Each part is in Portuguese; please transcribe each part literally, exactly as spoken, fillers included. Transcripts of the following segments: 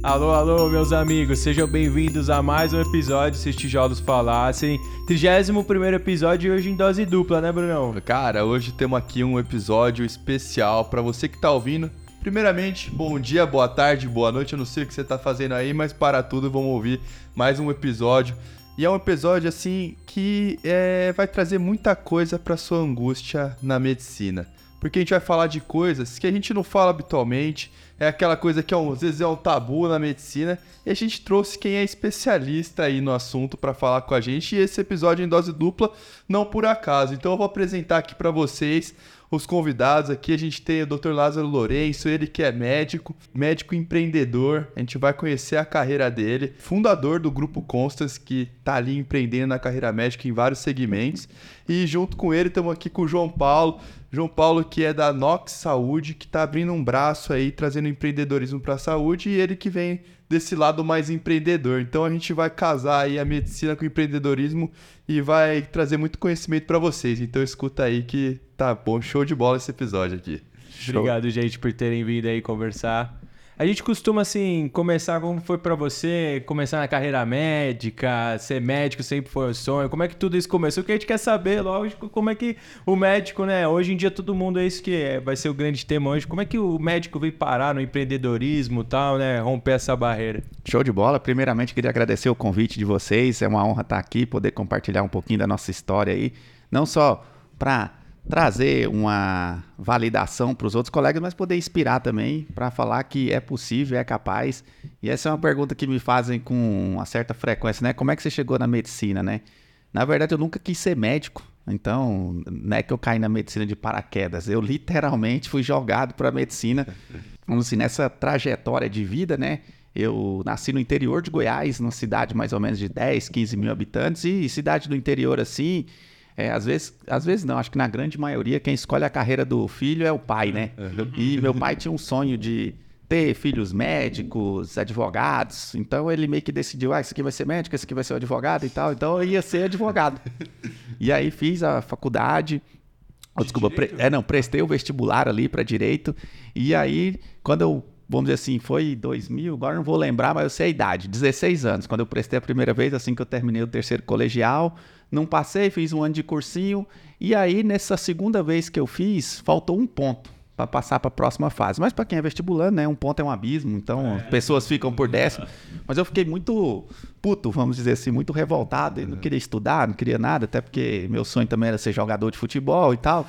Alô, alô, meus amigos, sejam bem-vindos a mais um episódio Se os Tijolos Falassem. trigésimo primeiro episódio e hoje em dose dupla, né, Brunão? Cara, hoje temos aqui um episódio especial pra você que tá ouvindo. Primeiramente, bom dia, boa tarde, boa noite, eu não sei o que você tá fazendo aí, mas para tudo, vamos ouvir mais um episódio. E é um episódio, assim, que é, vai trazer muita coisa pra sua angústia na medicina. Porque a gente vai falar de coisas que a gente não fala habitualmente, é aquela coisa que às vezes é um tabu na medicina, e a gente trouxe quem é especialista aí no assunto para falar com a gente, e esse episódio em dose dupla, não por acaso. Então eu vou apresentar aqui para vocês os convidados aqui. A gente tem o doutor Lázaro Lourenço, ele que é médico, médico empreendedor, a gente vai conhecer a carreira dele, fundador do Grupo Constans, que tá ali empreendendo na carreira médica em vários segmentos, e junto com ele estamos aqui com o João Paulo, João Paulo, que é da Nox Saúde, que está abrindo um braço aí, trazendo empreendedorismo para a saúde, e ele que vem desse lado mais empreendedor. Então a gente vai casar aí a medicina com o empreendedorismo e vai trazer muito conhecimento para vocês. Então escuta aí que tá bom, show de bola esse episódio aqui. Show. Obrigado, gente, por terem vindo aí conversar. A gente costuma, assim, começar como foi pra você, começar na carreira médica, ser médico sempre foi o sonho, como é que tudo isso começou? O que a gente quer saber, lógico, como é que o médico, né, hoje em dia todo mundo é isso que é, vai ser o grande tema hoje, como é que o médico veio parar no empreendedorismo e tal, né, romper essa barreira? Show de bola, primeiramente queria agradecer o convite de vocês, é uma honra estar aqui, poder compartilhar um pouquinho da nossa história aí, não só pra trazer uma validação para os outros colegas, mas poder inspirar também para falar que é possível, é capaz. E essa é uma pergunta que me fazem com uma certa frequência, né? Como é que você chegou na medicina, né? Na verdade, eu nunca quis ser médico, então não é que eu caí na medicina de paraquedas. Eu literalmente fui jogado para a medicina. Vamos assim, nessa trajetória de vida, né? Eu nasci no interior de Goiás, numa cidade mais ou menos de dez, quinze mil habitantes, e cidade do interior assim... É, às vezes, às vezes não, acho que na grande maioria quem escolhe a carreira do filho é o pai, né? E meu pai tinha um sonho de ter filhos médicos, advogados, então ele meio que decidiu, ah, esse aqui vai ser médico, esse aqui vai ser advogado e tal, então eu ia ser advogado. E aí fiz a faculdade, oh, desculpa, pre, é, não, prestei o vestibular ali para direito, e aí quando eu, vamos dizer assim, foi dois mil, agora não vou lembrar, mas eu sei a idade, dezesseis anos, quando eu prestei a primeira vez, assim que eu terminei o terceiro colegial. Não passei, fiz um ano de cursinho, e aí nessa segunda vez que eu fiz, faltou um ponto para passar para a próxima fase. Mas para quem é vestibulando, né, um ponto é um abismo, então é, pessoas ficam por décimo. Mas eu fiquei muito puto, vamos dizer assim, muito revoltado, eu não queria estudar, não queria nada, até porque meu sonho também era ser jogador de futebol e tal.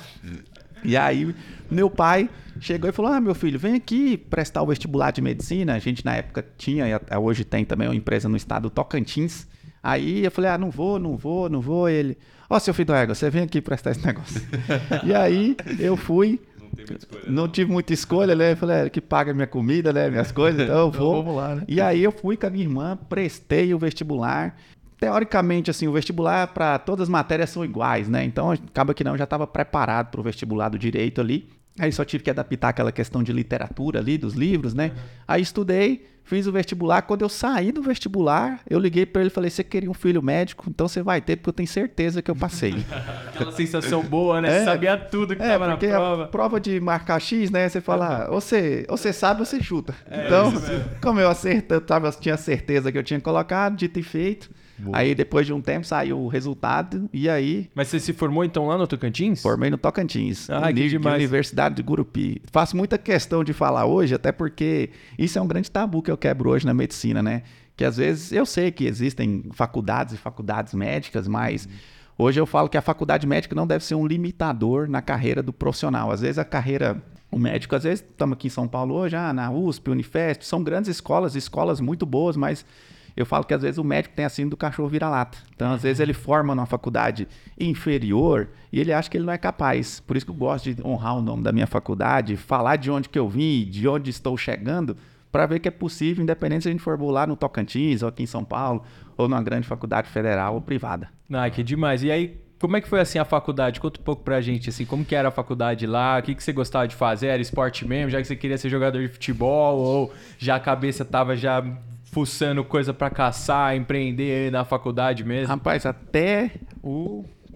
E aí meu pai chegou e falou, ah, meu filho, vem aqui prestar o vestibular de medicina. A gente na época tinha, e hoje tem também uma empresa no estado do Tocantins. Aí eu falei, ah, não vou, não vou, não vou. Ele, ó, oh, seu filho do égua, você vem aqui prestar esse negócio. E aí eu fui, não, tem muita escolha, não tive muita escolha, né? Eu falei, é, que paga minha comida, né, minhas coisas, então eu vou. Então, vamos lá, né? E aí eu fui com a minha irmã, prestei o vestibular. Teoricamente, assim, o vestibular para todas as matérias são iguais, né? Então acaba que não, eu já estava preparado para o vestibular do direito ali. Aí só tive que adaptar aquela questão de literatura ali, dos livros, né? Uhum. Aí estudei, fiz o vestibular. Quando eu saí do vestibular, eu liguei para ele e falei, você queria um filho médico? Então você vai ter, porque eu tenho certeza que eu passei. Aquela sensação boa, né? É, você sabia tudo que estava é, na prova. A prova de marcar X, né? Você fala, ou você, ou você sabe ou você chuta. É, então, como eu acertei, eu tava, tinha certeza que eu tinha colocado, dito e feito. Boa. Aí depois de um tempo saiu o resultado e aí... Mas você se formou então lá no Tocantins? Formei no Tocantins, ah, que demais. Universidade de Gurupi. Faço muita questão de falar hoje, até porque isso é um grande tabu que eu quebro hoje na medicina, né? Que às vezes eu sei que existem faculdades e faculdades médicas, mas hum. hoje eu falo que a faculdade médica não deve ser um limitador na carreira do profissional. Às vezes a carreira... O médico, às vezes, estamos aqui em São Paulo hoje, ah, na U S P, Unifesp, são grandes escolas, escolas muito boas, mas... Eu falo que às vezes o médico tem a síndrome do cachorro vira-lata. Então, às vezes ele forma numa faculdade inferior e ele acha que ele não é capaz. Por isso que eu gosto de honrar o nome da minha faculdade, falar de onde que eu vim, de onde estou chegando, para ver que é possível, independente se a gente for lá no Tocantins, ou aqui em São Paulo, ou numa grande faculdade federal ou privada. Ah, que demais. E aí, como é que foi assim a faculdade? Conta um pouco pra gente, assim, como que era a faculdade lá, o que, que você gostava de fazer? Era esporte mesmo, já que você queria ser jogador de futebol, ou já a cabeça tava já... fuçando coisa pra caçar, empreender na faculdade mesmo? Rapaz, até o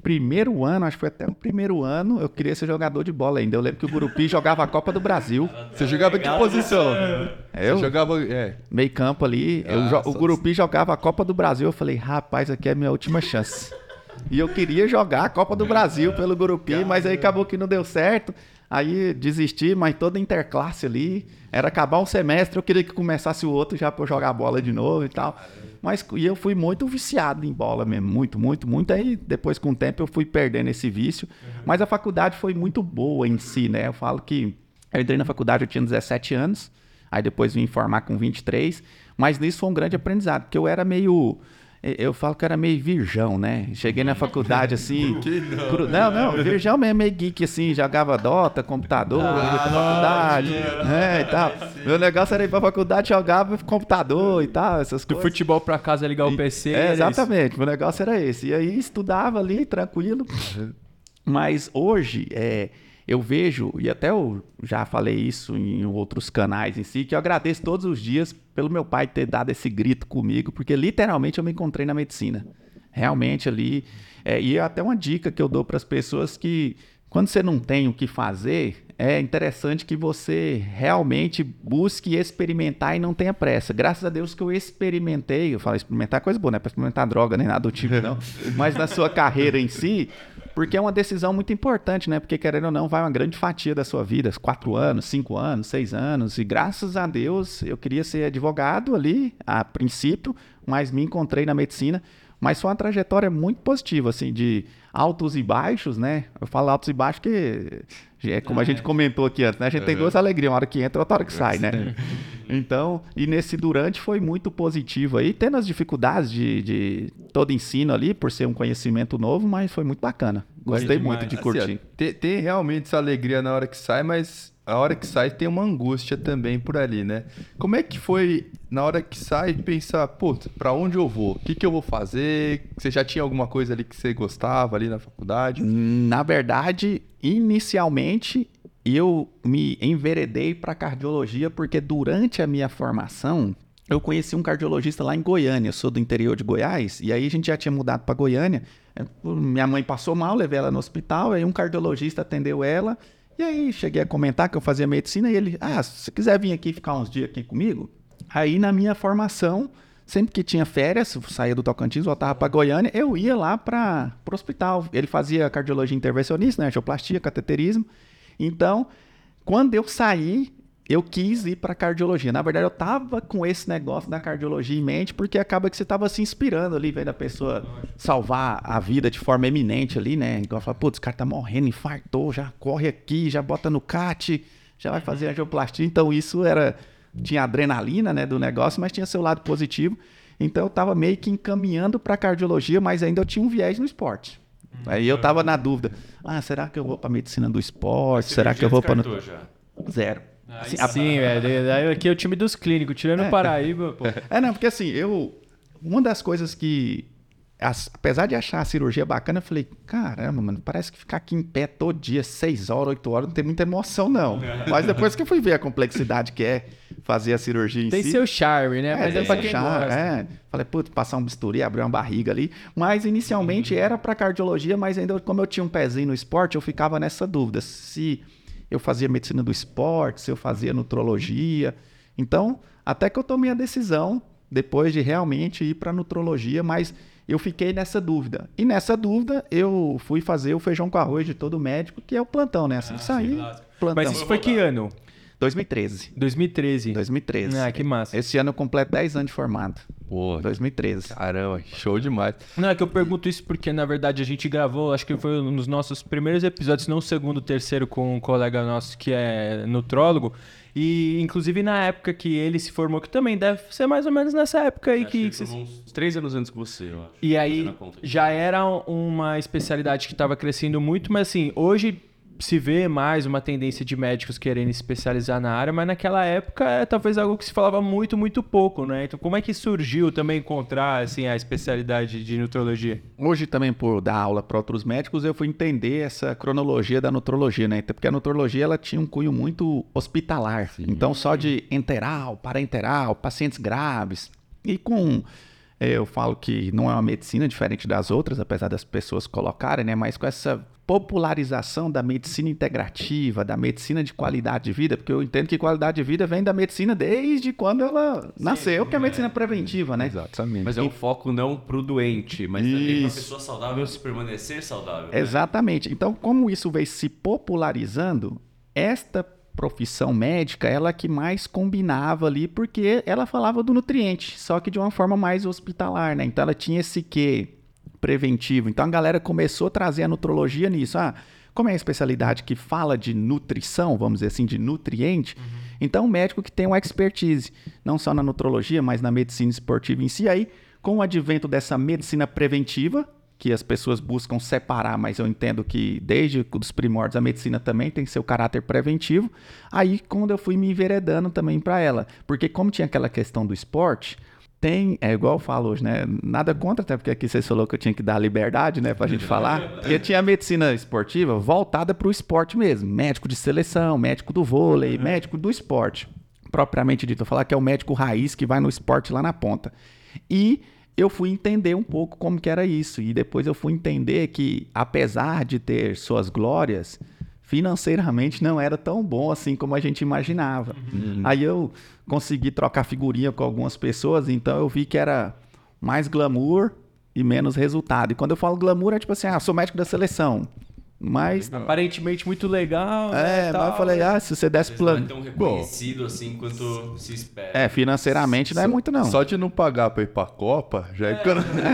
primeiro ano, acho que foi até o primeiro ano, eu queria ser jogador de bola ainda. Eu lembro que o Gurupi jogava a Copa do Brasil. Você jogava que posição? Eu Você jogava... É. meio campo ali. Eu Ah, jo- só- o Gurupi jogava a Copa do Brasil. Eu falei, rapaz, aqui é a minha última chance. E eu queria jogar a Copa do Brasil pelo Gurupi, mas aí acabou que não deu certo. Aí desisti, mas toda interclasse ali. Era acabar um semestre, eu queria que começasse o outro já pra eu jogar bola de novo e tal. Mas e eu fui muito viciado em bola mesmo, muito, muito, muito. Aí depois com o tempo eu fui perdendo esse vício. Mas a faculdade foi muito boa em si, né? Eu falo que eu entrei na faculdade, eu tinha dezessete anos. Aí depois vim formar com vinte e três. Mas nisso foi um grande aprendizado, porque eu era meio... Eu falo que eu era meio virgão, né? Cheguei na faculdade assim... não, cru- Não, não, virgão mesmo, meio geek assim, jogava Dota, computador, ia pra faculdade, é, e tal. Meu negócio era ir pra faculdade, jogava computador e tal, essas Do coisas. futebol pra casa ligar o P C. É, era isso. exatamente, meu negócio era esse. E aí estudava ali, tranquilo. Mas hoje, é, eu vejo, e até eu já falei isso em outros canais em si, que eu agradeço todos os dias pelo meu pai ter dado esse grito comigo, porque literalmente eu me encontrei na medicina. Realmente ali. É, e é até uma dica que eu dou para as pessoas que, quando você não tem o que fazer, é interessante que você realmente busque experimentar e não tenha pressa. Graças a Deus que eu experimentei, eu falo experimentar é coisa boa, não é para experimentar droga nem nada do tipo, não. Mas na sua carreira em si, porque é uma decisão muito importante, né? Porque querendo ou não, vai uma grande fatia da sua vida, quatro anos, cinco anos, seis anos. E graças a Deus eu queria ser advogado ali, a princípio, mas me encontrei na medicina. Mas foi uma trajetória muito positiva, assim, de altos e baixos, né? Eu falo altos e baixos porque, é como a gente comentou aqui antes, né? A gente tem duas alegrias, uma hora que entra e outra hora que sai, né? Então, e nesse durante foi muito positivo aí, tendo as dificuldades de, de todo ensino ali, por ser um conhecimento novo, mas foi muito bacana. Gostei demais. muito de Assim, curtir. ó, tem, tem realmente essa alegria na hora que sai, mas a hora que sai tem uma angústia também por ali, né? Como é que foi na hora que sai pensar, pô, pra onde eu vou? O que, que eu vou fazer? Você já tinha alguma coisa ali que você gostava ali na faculdade? Na verdade, inicialmente eu me enveredei para cardiologia porque durante a minha formação eu conheci um cardiologista lá em Goiânia. Eu sou do interior de Goiás e aí a gente já tinha mudado para Goiânia. Minha mãe passou mal, levei ela no hospital, aí um cardiologista atendeu ela. E aí cheguei a comentar que eu fazia medicina e ele, ah, se você quiser vir aqui ficar uns dias aqui comigo, aí na minha formação, sempre que tinha férias, eu saía do Tocantins, voltava para Goiânia, eu ia lá para o hospital. Ele fazia cardiologia intervencionista, né, angioplastia, cateterismo. Então, quando eu saí, eu quis ir para cardiologia. Na verdade, eu tava com esse negócio da cardiologia em mente, porque acaba que você tava se inspirando ali, vendo a pessoa salvar a vida de forma eminente ali, né? Igual fala, putz, esse cara tá morrendo, infartou, já corre aqui, já bota no C A T, já vai fazer angioplastia. Então, isso era... Tinha adrenalina, né, do negócio, mas tinha seu lado positivo. Então, eu tava meio que encaminhando para cardiologia, mas ainda eu tinha um viés no esporte. Aí eu tava na dúvida, ah, será que eu vou para medicina do esporte? Será que eu vou para... já? Zero. Assim, sim, velho. Aí aqui é o time dos clínicos, tirando o Paraíba, pô. É, não, porque assim, eu... Uma das coisas que... as- apesar de achar a cirurgia bacana, eu falei, caramba, mano, parece que ficar aqui em pé todo dia, seis horas, oito horas, não tem muita emoção, não. Mas depois que eu fui ver a complexidade que é fazer a cirurgia em Tem si... seu charme, né? Mas é, tem pra seu quem charme, gosta. é. Falei, putz, passar um bisturi, abrir uma barriga ali. Mas inicialmente era pra cardiologia, mas ainda como eu tinha um pezinho no esporte, eu ficava nessa dúvida. Se eu fazia medicina do esporte, se eu fazia nutrologia. Então, até que eu tomei a decisão, depois de realmente ir pra nutrologia, mas eu fiquei nessa dúvida. E nessa dúvida, eu fui fazer o feijão com arroz de todo médico, que é o plantão, né? Assim, saí, plantão. Mas isso foi que ano? dois mil e treze. dois mil e treze. dois mil e treze. Ah, que massa. Esse ano eu completo dez anos de formado. Pô, dois mil e treze. caramba, show demais. Não, é que eu pergunto isso porque, na verdade, a gente gravou, acho que foi um dos nossos primeiros episódios, não o segundo, o terceiro, com um colega nosso que é nutrólogo. E, inclusive, na época que ele se formou, que também deve ser mais ou menos nessa época aí Acho que... que que vocês- formou uns três anos antes que você, eu acho. E aí, Fazendo a conta. já era uma especialidade que estava crescendo muito, mas assim, hoje se vê mais uma tendência de médicos querendo se especializar na área, mas naquela época é talvez algo que se falava muito, muito pouco, né? Então, como é que surgiu também encontrar, assim, a especialidade de nutrologia? Hoje também, por dar aula para outros médicos, eu fui entender essa cronologia da nutrologia, né? Porque a nutrologia, ela tinha um cunho muito hospitalar. Então, só de enteral, parenteral, pacientes graves. E com eu falo que não é uma medicina diferente das outras, apesar das pessoas colocarem, né? Mas com essa popularização da medicina integrativa, da medicina de qualidade de vida, porque eu entendo que qualidade de vida vem da medicina desde quando ela nasceu, que é a medicina preventiva, né? Exatamente. Mas é um foco não pro doente, mas também pra pessoa saudável se permanecer saudável. Né? Exatamente. Então, como isso veio se popularizando, esta profissão médica, ela que mais combinava ali, porque ela falava do nutriente, só que de uma forma mais hospitalar, né? Então ela tinha esse quê preventivo. Então a galera começou a trazer a nutrologia nisso. Ah, como é a especialidade que fala de nutrição, vamos dizer assim, de nutriente, uhum. Então o médico que tem uma expertise, não só na nutrologia, mas na medicina esportiva em si, aí com o advento dessa medicina preventiva, que as pessoas buscam separar, mas eu entendo que desde os primórdios a medicina também tem seu caráter preventivo. Aí quando eu fui me enveredando também para ela, porque como tinha aquela questão do esporte, tem, é igual eu falo hoje, né? Nada contra, até porque aqui você falou que eu tinha que dar liberdade, né, pra gente falar. Porque tinha a medicina esportiva voltada para o esporte mesmo, médico de seleção, médico do vôlei, uhum. médico do esporte, propriamente dito. Eu falar que é o médico raiz que vai no esporte lá na ponta. E eu fui entender um pouco como que era isso. E depois eu fui entender que, apesar de ter suas glórias, financeiramente não era tão bom assim como a gente imaginava. Uhum. Aí eu consegui trocar figurinha com algumas pessoas, então eu vi que era mais glamour e menos resultado. E quando eu falo glamour, é tipo assim, ah, sou médico da seleção. Mas... aparentemente muito legal. É, né, mas eu falei, ah, se você desse plano... Não é tão reconhecido assim quanto se espera. É, financeiramente não é muito não. Só de não pagar pra ir pra Copa, já é...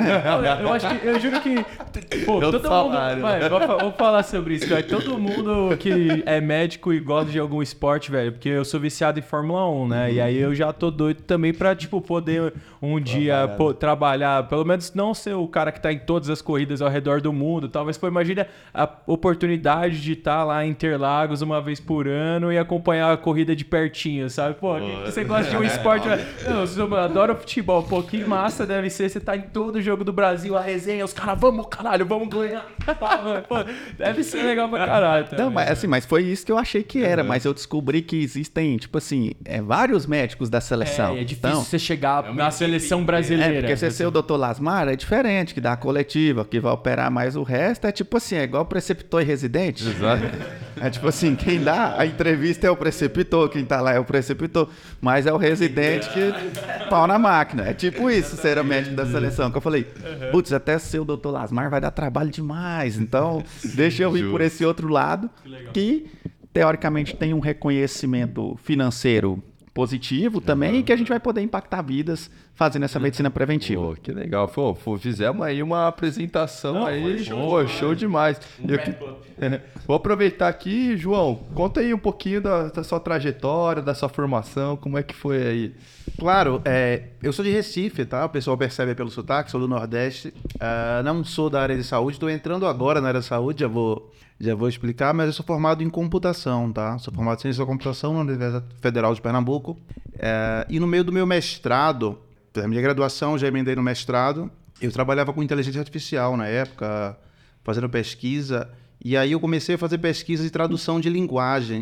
é. eu, acho que, eu juro que... Pô, eu todo salário, mundo... Vai, vou, vou falar sobre isso, velho. Todo mundo que é médico e gosta de algum esporte, velho, porque eu sou viciado em Fórmula um, né? Uhum. E aí eu já tô doido também pra, tipo, poder um dia pô, trabalhar, pelo menos não ser o cara que tá em todas as corridas ao redor do mundo, tal. Mas, pô, imagina a oportunidade de estar lá em Interlagos uma vez por ano e acompanhar a corrida de pertinho, sabe? Pô, você gosta de um esporte... Não, eu adoro futebol. Pô, que massa deve ser você tá em todo jogo do Brasil, a resenha, os caras, vamos, caralho, vamos ganhar. Pô, deve ser legal pra caralho. Também. Não, mas assim, mas foi isso que eu achei que era, uhum. Mas eu descobri que existem, tipo assim, é, vários médicos da seleção. É, é difícil então, você chegar é na seleção brasileira. É, porque você ser o doutor Lasmar é diferente, que dá a coletiva, que vai operar mais o resto, é tipo assim, é igual preceptor e residente. Exato. É tipo assim, quem dá a entrevista é o preceptor, quem tá lá é o preceptor, mas é o residente que pau na máquina. É tipo isso, ser o médico da seleção. Que eu falei, putz, até ser o doutor Lasmar vai dar trabalho demais, então deixa eu ir por esse outro lado, que teoricamente tem um reconhecimento financeiro positivo também, uhum. E que a gente vai poder impactar vidas fazendo essa medicina preventiva. Pô, que legal. Pô, pô, fizemos aí uma apresentação. Não, aí, show, pô, show demais. Um eu, é, vou aproveitar aqui, João, conta aí um pouquinho da, da sua trajetória, da sua formação, como é que foi aí? Claro, é, eu sou de Recife, tá? O pessoal percebe pelo sotaque, sou do Nordeste, uh, não sou da área de saúde, estou entrando agora na área de saúde, já vou, já vou explicar, mas eu sou formado em computação, tá? Sou formado em ciência da computação na Universidade Federal de Pernambuco, uh, e no meio do meu mestrado, da minha graduação, já emendei no mestrado, eu trabalhava com inteligência artificial na época, fazendo pesquisa, e aí eu comecei a fazer pesquisa de tradução de linguagem,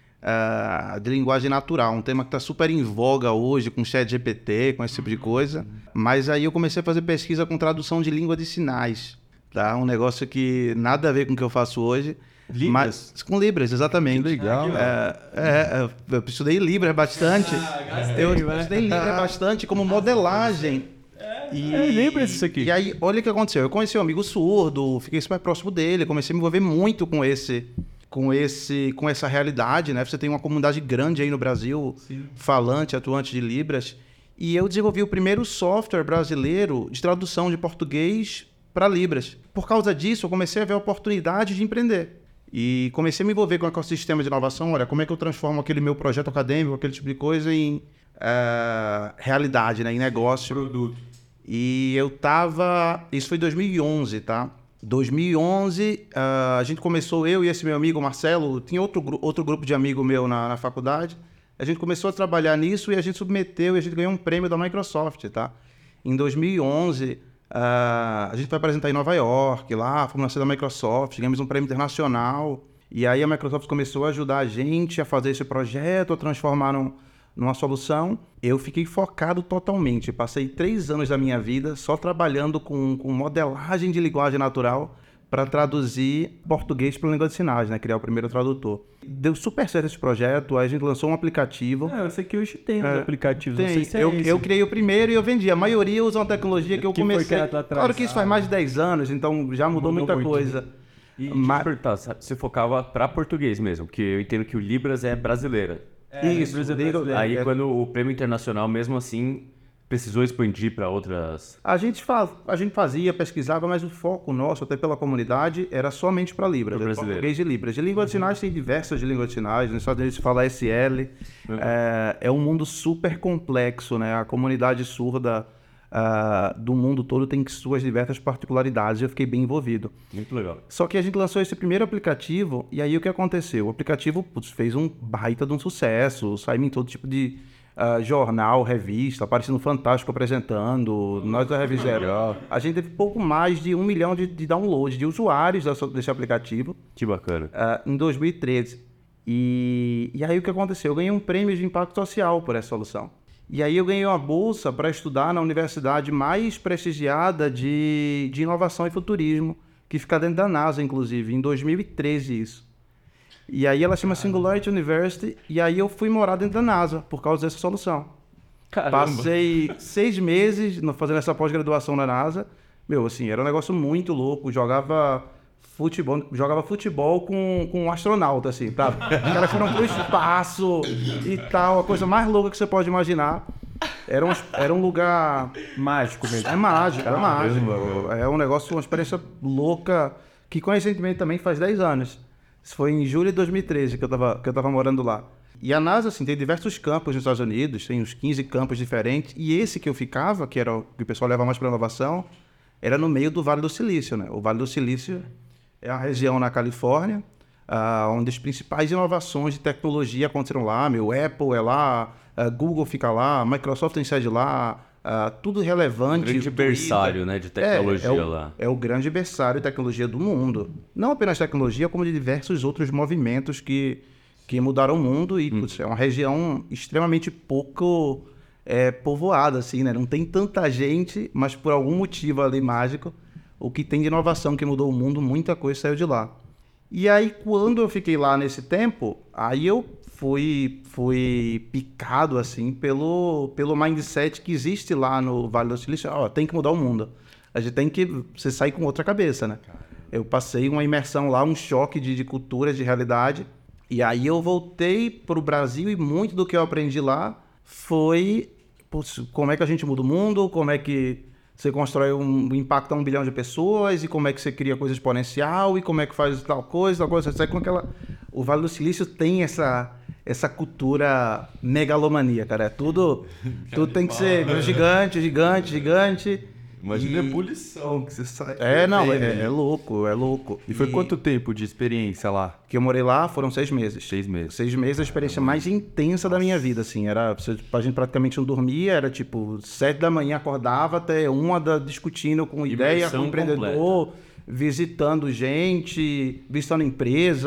uh, de linguagem natural, um tema que está super em voga hoje com chat G P T, com esse tipo de coisa, mas aí eu comecei a fazer pesquisa com tradução de língua de sinais, tá? Um negócio que nada a ver com o que eu faço hoje. Libras? Mas, com Libras, exatamente. Que legal. É, é, é, eu estudei Libras bastante. Ah, gastei, eu né? estudei Libras bastante como modelagem. É, e, é Libras isso aqui. E aí, olha o que aconteceu. Eu conheci um amigo surdo, fiquei super próximo dele, comecei a me envolver muito com esse, com esse, com essa realidade, né? Você tem uma comunidade grande aí no Brasil, sim, falante, atuante de Libras. E eu desenvolvi o primeiro software brasileiro de tradução de português para Libras. Por causa disso, eu comecei a ver a oportunidade de empreender. E comecei a me envolver com o ecossistema de inovação. Olha, como é que eu transformo aquele meu projeto acadêmico, aquele tipo de coisa, em uh, realidade, né? Em negócio. Produto. E eu tava... Isso foi em dois mil e onze, tá? dois mil e onze, uh, a gente começou, eu e esse meu amigo, Marcelo, tinha outro, outro grupo de amigo meu na, na faculdade. A gente começou a trabalhar nisso e a gente submeteu e a gente ganhou um prêmio da Microsoft, tá? Em dois mil e onze... Uh, a gente foi apresentar em Nova York, lá, fomos na sede da Microsoft, ganhamos um prêmio internacional, e aí a Microsoft começou a ajudar a gente a fazer esse projeto, a transformar num, numa solução, eu fiquei focado totalmente. Passei três anos da minha vida só trabalhando com, com modelagem de linguagem natural para traduzir português para língua de sinais, né? Criar o primeiro tradutor. Deu super certo esse projeto, aí a gente lançou um aplicativo. Ah, eu sei que hoje tem uns É, aplicativos, tem. não sei se é eu, esse. eu criei o primeiro e eu vendi. A maioria usa uma tecnologia que eu Que foi comecei... criado lá atrás. Claro que isso faz mais de dez anos, então já mudou, Mudou muita muito. coisa. E Mas- Mas... perguntar, sabe, você focava para português mesmo, porque eu entendo que o Libras é brasileira. Isso, Libras é liga- brasileiro. Aí é- quando o prêmio internacional, mesmo assim, precisou expandir para outras... A gente, fa- a gente fazia, pesquisava, mas o foco nosso, até pela comunidade, era somente para Libras, Pro era brasileiro. português de Libras. De língua de sinais tem diversas de língua de sinais, nos Estados Unidos se fala S L. É, é um mundo super complexo, né? A comunidade surda ah, do mundo todo tem suas diversas particularidades e eu fiquei bem envolvido. Muito legal. Só que a gente lançou esse primeiro aplicativo e aí o que aconteceu? O aplicativo putz, fez um baita de um sucesso, saiu em todo tipo de ah, jornal, revista, aparecendo no Fantástico apresentando, nós da Revista Zero. A gente teve pouco mais de um milhão de, de downloads, de usuários dessa- desse aplicativo Que bacana. ah, em dois mil e treze. E, e aí o que aconteceu? Eu ganhei um prêmio de impacto social por essa solução. E aí eu ganhei uma bolsa para estudar na universidade mais prestigiada de, de inovação e futurismo, que fica dentro da NASA, inclusive, em dois mil e treze isso. E aí ela chama Singularity University, e aí eu fui morar dentro da NASA por causa dessa solução. Caramba. Passei seis meses no- fazendo essa pós-graduação na NASA. Meu, assim, era um negócio muito louco. Jogava futebol, jogava futebol com, com um astronauta, assim, sabe? Os caras foram pro espaço e tal, a coisa mais louca que você pode imaginar. Era um, era um lugar Mágico mesmo. é mágico, é mágico. É um negócio, uma experiência louca, que coincidentemente também faz dez anos. Isso foi em julho de dois mil e treze que eu tava, que eu tava morando lá. E a NASA, assim, tem diversos campos nos Estados Unidos, tem uns quinze campos diferentes, e esse que eu ficava, que era o que o pessoal leva mais para inovação, era no meio do Vale do Silício, né? O Vale do Silício é uma região na Califórnia, ah, onde as principais inovações de tecnologia aconteceram lá. Meu, Apple é lá, a Google fica lá, Microsoft tem sede lá, ah, tudo relevante. Grande Twitter. berçário, né, de tecnologia é, é o, lá. É o grande berçário de tecnologia do mundo. Não apenas tecnologia, como de diversos outros movimentos que, que mudaram o mundo. E putz, é uma região extremamente pouco é, povoada, assim, né? Não tem tanta gente, mas por algum motivo ali mágico, o que tem de inovação que mudou o mundo, muita coisa saiu de lá. E aí, quando eu fiquei lá nesse tempo, aí eu fui, fui picado, assim, pelo, pelo mindset que existe lá no Vale do Silício. Ó, tem que mudar o mundo. A gente tem que... Você sair com outra cabeça, né? Eu passei uma imersão lá, um choque de, de cultura, de realidade. E aí eu voltei pro Brasil e muito do que eu aprendi lá foi... putz, como é que a gente muda o mundo, como é que... Você constrói um impacto a um bilhão de pessoas, e como é que você cria coisa exponencial, e como é que faz tal coisa, tal coisa. Você sai com aquela... O Vale do Silício tem essa, essa cultura megalomania, cara. É tudo, tudo tem que ser gigante, gigante, gigante. Imagina E- a ebulição que você sai. É, não, vendo, é, né? é louco, é louco. E foi quanto tempo de experiência lá? Que eu morei lá foram seis meses. Seis meses. Seis meses a experiência mais intensa da minha vida, assim. Era, você- a gente praticamente não dormia, era tipo, sete da manhã acordava até uma da, discutindo com ideia, Imersão com empreendedor, visitando gente, visitando empresa,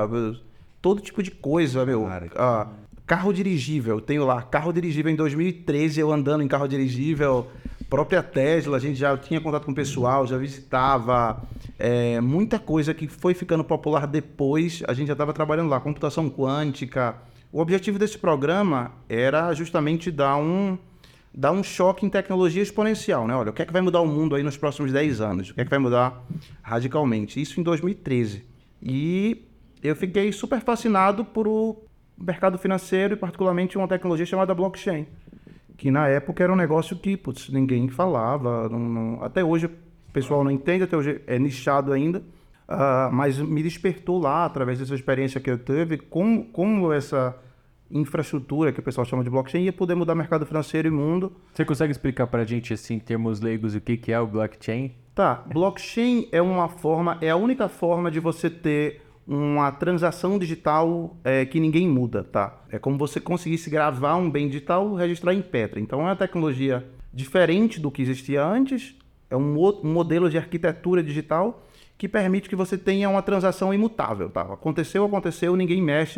todo tipo de coisa, meu. Cara, que- Ah, carro dirigível, eu tenho lá, carro dirigível em dois mil e treze, eu andando em carro dirigível, própria Tesla, a gente já tinha contato com o pessoal, já visitava, é, muita coisa que foi ficando popular depois, a gente já estava trabalhando lá, computação quântica. O objetivo desse programa era justamente dar um, dar um choque em tecnologia exponencial, né? Olha, o que é que vai mudar o mundo aí nos próximos dez anos? O que é que vai mudar radicalmente? Isso em dois mil e treze. E eu fiquei super fascinado por o mercado financeiro e particularmente uma tecnologia chamada blockchain, que na época era um negócio que putz, ninguém falava, não- não- até hoje o pessoal não entende, até hoje é nichado ainda, ah, mas me despertou lá, através dessa experiência que eu tive, como, como essa infraestrutura que o pessoal chama de blockchain ia poder mudar o mercado financeiro e mundo. Você consegue explicar pra gente, assim, em termos leigos, o que, que é o blockchain? Tá, blockchain é uma forma, é a única forma de você ter uma transação digital é, que ninguém muda, tá? É como você conseguisse gravar um bem digital e registrar em pedra. Então é uma tecnologia diferente do que existia antes, é um, outro, um modelo de arquitetura digital que permite que você tenha uma transação imutável, tá? Aconteceu, aconteceu, ninguém mexe,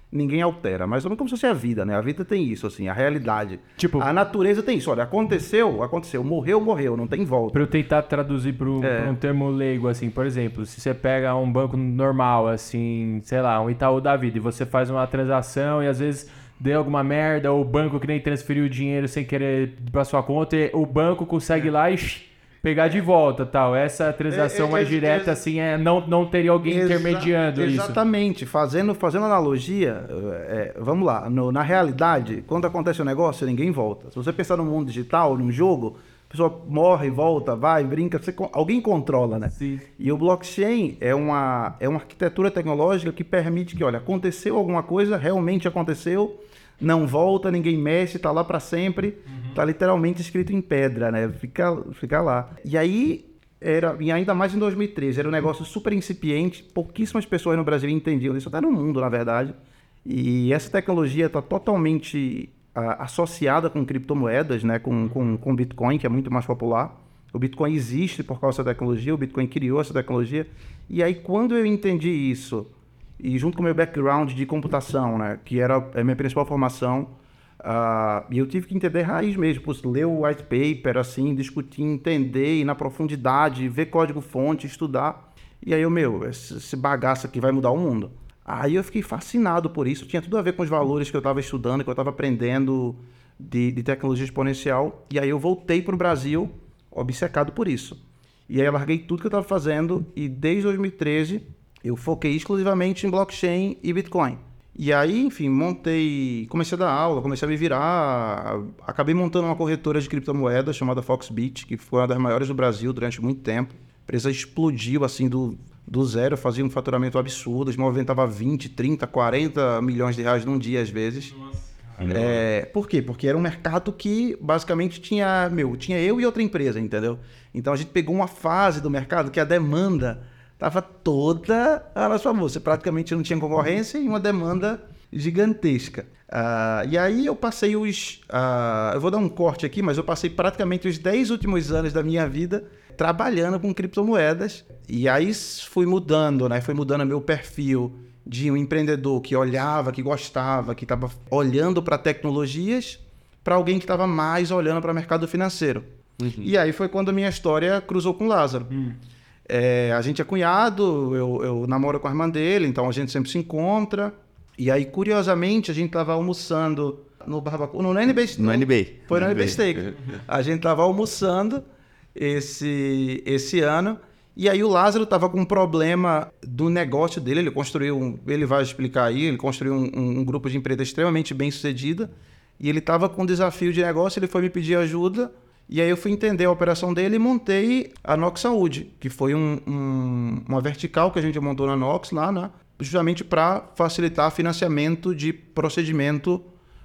ninguém altera. Mas é como se fosse a vida, né? A vida tem isso, assim, a realidade. Tipo- a natureza tem isso. Olha, aconteceu, aconteceu. Morreu, morreu, não tem volta. Pra eu tentar traduzir pro, É. pra um termo leigo, assim, por exemplo, se você pega um banco normal, assim, sei lá, um Itaú da vida, e você faz uma transação e às vezes deu alguma merda, ou o banco que nem transferiu o dinheiro sem querer pra sua conta, e o banco consegue ir lá e pegar de volta, tal. Essa transação É, é, mais é, direta, é, assim, é, não, não teria alguém Exa- intermediando isso. Exatamente. Fazendo, fazendo analogia, é, vamos lá, no- na realidade, quando acontece um negócio, ninguém volta. Se você pensar no mundo digital, num jogo, a pessoa morre, volta, vai, brinca, você con- alguém controla, né? Sim. E o blockchain é uma, é uma arquitetura tecnológica que permite que, olha, aconteceu alguma coisa, realmente aconteceu, não volta, ninguém mexe, tá lá para sempre, tá literalmente escrito em pedra, né? Fica, fica lá. E aí, era, e ainda mais em dois mil e treze, era um negócio super incipiente, pouquíssimas pessoas no Brasil entendiam isso, até no mundo, na verdade. E essa tecnologia está totalmente ah, associada com criptomoedas, né? Com, com, com Bitcoin, que é muito mais popular. O Bitcoin existe por causa da tecnologia, o Bitcoin criou essa tecnologia. E aí, quando eu entendi isso, e junto com o meu background de computação, né, que era a minha principal formação, uh, e eu tive que entender raiz mesmo, putz, ler o white paper, assim, discutir, entender, ir na profundidade, ver código-fonte, estudar. E aí eu, meu, esse, esse bagaço aqui vai mudar o mundo. Aí eu fiquei fascinado por isso, tinha tudo a ver com os valores que eu estava estudando, que eu estava aprendendo de, de tecnologia exponencial. E aí eu voltei para o Brasil, obcecado por isso. E aí eu larguei tudo que eu estava fazendo e desde dois mil e treze... eu foquei exclusivamente em blockchain e Bitcoin. E aí, enfim, montei, comecei a dar aula, comecei a me virar, acabei montando uma corretora de criptomoedas chamada Foxbit, que foi uma das maiores do Brasil durante muito tempo. A empresa explodiu, assim, do, do zero, fazia um faturamento absurdo, movimentava vinte, trinta, quarenta milhões de reais num dia, às vezes. É, por quê? Porque era um mercado que, basicamente, tinha, meu, tinha eu e outra empresa, entendeu? Então, a gente pegou uma fase do mercado que a demanda estava toda a nossa favor. Você praticamente não tinha concorrência e uma demanda gigantesca. Uh, e aí eu passei os... Uh, eu vou dar um corte aqui, mas eu passei praticamente os dez últimos anos da minha vida trabalhando com criptomoedas. E aí fui mudando, né? Fui mudando meu perfil de um empreendedor que olhava, que gostava, que estava olhando para tecnologias, para alguém que estava mais olhando para o mercado financeiro. Uhum. E aí foi quando a minha história cruzou com o Lázaro. Uhum. É, a gente é cunhado, eu, eu namoro com a irmã dele, então a gente sempre se encontra. E aí, curiosamente, a gente tava almoçando no Barbacoa, no N B Steak. No N B. Foi no N B Steak. A gente tava almoçando esse, esse ano. E aí o Lázaro tava com um problema do negócio dele. Ele construiu, um, ele vai explicar aí, ele construiu um, um, um grupo de empresa extremamente bem sucedida. E ele tava com um desafio de negócio, ele foi me pedir ajuda. E aí eu fui entender a operação dele e montei a Nox Saúde, que foi um, um, uma vertical que a gente montou na Nox lá, né? Justamente para facilitar financiamento de procedimento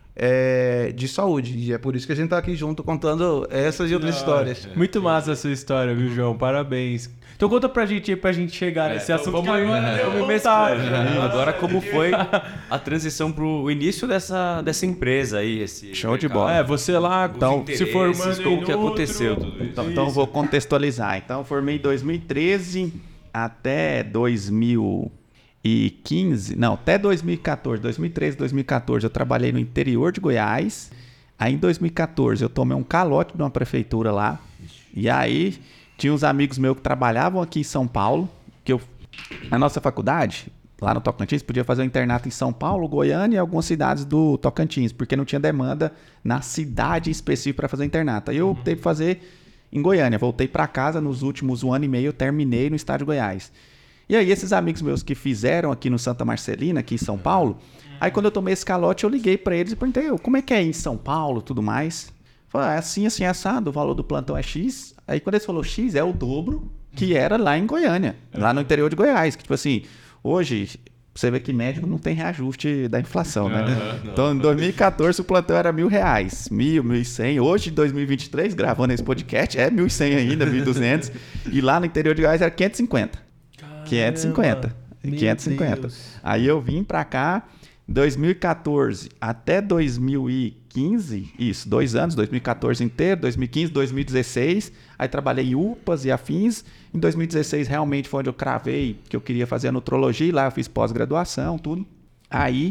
é, de saúde. E é por isso que a gente está aqui junto contando essas e outras histórias. Muito massa a sua história, viu, João? Parabéns. Então conta pra gente aí, pra gente chegar nesse É, assunto. vamos, que agora é, deu vamos vontade. mesclar. Agora, como foi a transição pro início dessa, dessa empresa aí? Esse Show de mercado? bola. É, você lá Então, se formando como em que outro, aconteceu tudo tudo isso. Então, então eu vou contextualizar. Então, eu formei em dois mil e treze até dois mil e quinze. Não, até dois mil e quatorze. dois mil e treze, dois mil e quatorze eu trabalhei no interior de Goiás. Aí em dois mil e quatorze eu tomei um calote de uma prefeitura lá. E aí tinha uns amigos meus que trabalhavam aqui em São Paulo. Que eu, a nossa faculdade, lá no Tocantins, podia fazer um internato em São Paulo, Goiânia e algumas cidades do Tocantins, porque não tinha demanda na cidade específica para fazer internato. Aí eu optei por fazer em Goiânia. Voltei para casa nos últimos um ano e meio, eu terminei no estado de Goiás. E aí esses amigos meus que fizeram aqui no Santa Marcelina, aqui em São Paulo, aí quando eu tomei esse calote, eu liguei para eles e perguntei, como é que é em São Paulo e tudo mais? Falei, é assim, assim, assado, o valor do plantão é X. Aí quando eles falaram X, é o dobro que era lá em Goiânia, lá no interior de Goiás. Que tipo assim, hoje, você vê que médico não tem reajuste da inflação, né? Uhum, então, em dois mil e quatorze, o plantão era mil reais, mil, mil e cem. Hoje, em dois mil e vinte e três, gravando esse podcast, é mil e cem ainda, mil e duzentos. E lá no interior de Goiás era quinhentos e cinquenta. Caramba, quinhentos e cinquenta. quinhentos e cinquenta. Deus. Aí eu vim pra cá, dois mil e quatorze até dois mil e quinze, isso, dois anos, dois mil e quatorze inteiro, dois mil e quinze, dois mil e dezesseis, aí trabalhei em U P As e afins. Em dois mil e dezesseis realmente foi onde eu cravei que eu queria fazer a nutrologia, e lá eu fiz pós-graduação, tudo. Aí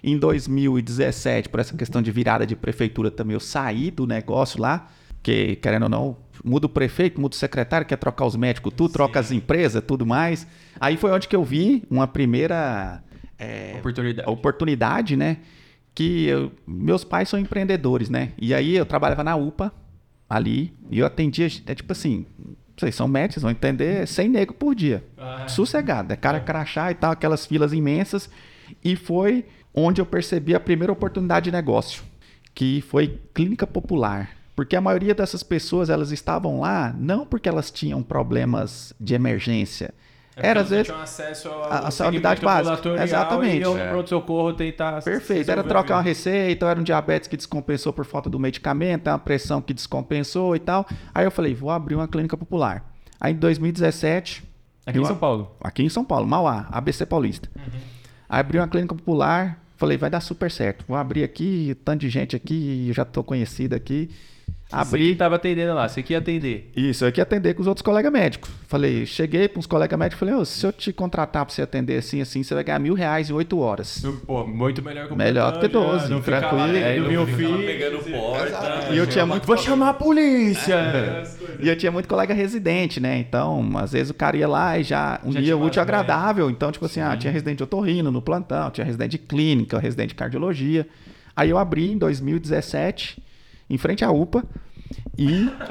Em dois mil e dezessete, por essa questão de virada de prefeitura também, eu saí do negócio lá, que, querendo ou não, muda o prefeito, muda o secretário, quer trocar os médicos, tudo, troca as empresas, tudo mais. Aí foi onde que eu vi uma primeira é, Oportunidade. oportunidade, né? Que eu- meus pais são empreendedores, né? E aí eu trabalhava na U P A, ali, e eu atendia, é tipo assim, vocês são médicos, vocês vão entender, cem nego por dia. Ah. Sossegado, é cara crachá e tal, aquelas filas imensas. E foi onde eu percebi a primeira oportunidade de negócio, que foi clínica popular. Porque a maioria dessas pessoas, elas estavam lá não porque elas tinham problemas de emergência. Era às vezes Tinha acesso a- a saúde básica. Exatamente. E o É. pronto-socorro tentar... Perfeito, era trocar uma receita, ou era um diabetes que descompensou por falta do medicamento, uma pressão que descompensou e tal. Aí eu falei, vou abrir uma clínica popular. Aí em dois mil e dezessete... Aqui eu- em São Paulo. Aqui em São Paulo, Mauá, A B C Paulista. Aí abri uma clínica popular, falei, vai dar super certo. Vou abrir aqui, tanto de gente aqui, eu já tô conhecido aqui. Você Abri... que tava atendendo lá, você que ia atender. Isso, eu ia atender com os outros colegas médicos. Falei, cheguei para uns colegas médicos e falei, ô, se eu te contratar para você atender assim, assim, você vai ganhar mil reais em oito horas. Pô, muito melhor que o Melhor do que plantão, doze, já, não ficar lá tranquilo. dentro É, do não meu Ficava filho. pegando porta. E eu tinha muito, Vou chamar a polícia! e eu tinha muito colega residente, né? Então, às vezes o cara ia lá e já um Já dia tinha útil mais agradável. Então, tipo assim, ah, tinha residente de otorrino no plantão, tinha residente de clínica, residente de cardiologia. Aí eu abri em dois mil e dezessete, em frente à U P A. E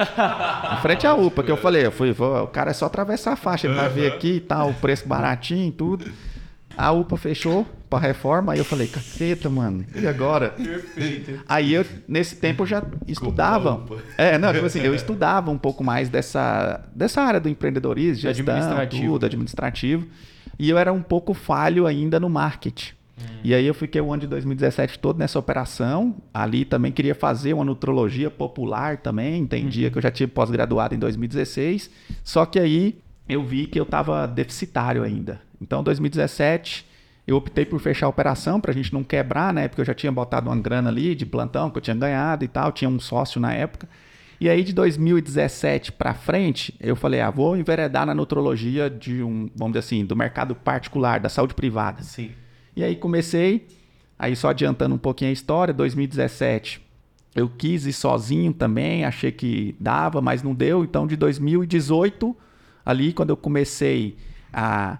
em frente à U P A, que eu falei, eu fui, vou, o cara é só atravessar a faixa, ele vai ver aqui e tal, o preço baratinho e tudo. A U P A fechou pra reforma, aí eu falei, caceta, mano, e agora? Perfeito. Aí eu, nesse tempo, eu já estudava. É, não, tipo assim, eu estudava um pouco mais dessa, dessa área do empreendedorismo, gestão, Administrativo. tudo, administrativo. E eu era um pouco falho ainda no marketing. E aí eu fiquei o ano de dois mil e dezessete todo nessa operação. Ali também queria fazer uma nutrologia popular também. Entendia que eu já tinha pós-graduado em dois mil e dezesseis. Só que aí eu vi que eu estava deficitário ainda. Então, em dois mil e dezessete, eu optei por fechar a operação para a gente não quebrar, né? Porque eu já tinha botado uma grana ali de plantão que eu tinha ganhado e tal. Tinha um sócio na época. E aí, de dois mil e dezessete para frente, eu falei, ah, vou enveredar na nutrologia de um, vamos dizer assim, do mercado particular, da saúde privada. Sim. E aí comecei, aí só adiantando um pouquinho a história, dois mil e dezessete eu quis ir sozinho também, achei que dava, mas não deu. Então, de dois mil e dezoito, ali quando eu comecei a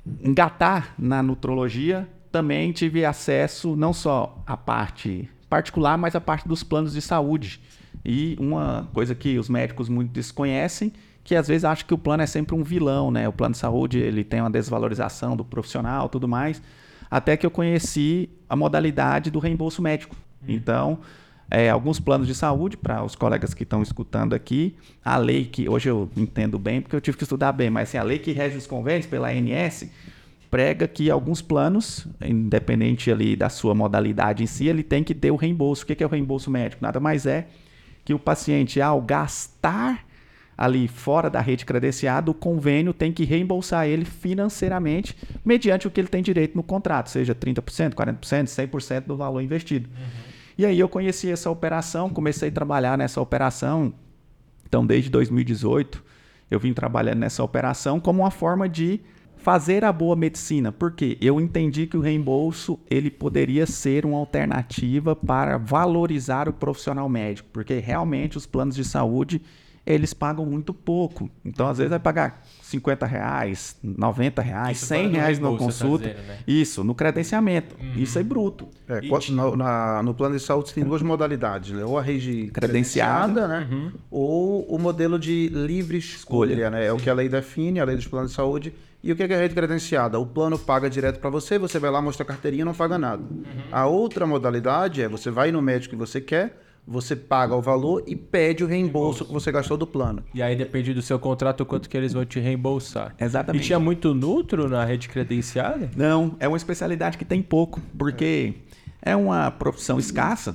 engatar na nutrologia, também tive acesso não só à parte particular, mas à parte dos planos de saúde. E uma coisa que os médicos muito desconhecem, que às vezes acham que o plano é sempre um vilão, né? O plano de saúde, ele tem uma desvalorização do profissional, tudo mais. Até que eu conheci a modalidade do reembolso médico. Então, é, alguns planos de saúde, para os colegas que estão escutando aqui, a lei que, hoje eu entendo bem, porque eu tive que estudar bem, mas assim, a lei que rege os convênios pela A N S, prega que alguns planos, independente ali da sua modalidade em si, ele tem que ter o reembolso. O que é o reembolso médico? Nada mais é que o paciente, ao gastar ali fora da rede credenciada, o convênio tem que reembolsar ele financeiramente, mediante o que ele tem direito no contrato, seja trinta por cento, quarenta por cento, cem por cento do valor investido. Uhum. E aí eu conheci essa operação, comecei a trabalhar nessa operação. Então, desde dois mil e dezoito, eu vim trabalhando nessa operação como uma forma de fazer a boa medicina, porque eu entendi que o reembolso ele poderia ser uma alternativa para valorizar o profissional médico, porque realmente os planos de saúde eles pagam muito pouco. Então, às vezes, vai pagar cinquenta reais, noventa reais, Isso cem fora do reais na reembolso, você tá consulta. dizendo, né? Isso, no credenciamento. Uhum. Isso é bruto. É, E qua- ti- no, na- no plano de saúde você tem duas modalidades, né? Ou a rede Credenciada. credenciada, né? Ou o modelo de livre escolha, Escolha. né? É o que a lei define, a lei dos planos de saúde. E o que é a rede credenciada? O plano paga direto para você, você vai lá, mostra a carteirinha e não paga nada. A outra modalidade é você vai no médico que você quer, você paga o valor e pede o reembolso que você gastou do plano. E aí depende do seu contrato o quanto que eles vão te reembolsar. Exatamente. E tinha muito nutro na rede credenciada? Não, é uma especialidade que tem pouco, porque é uma profissão escassa.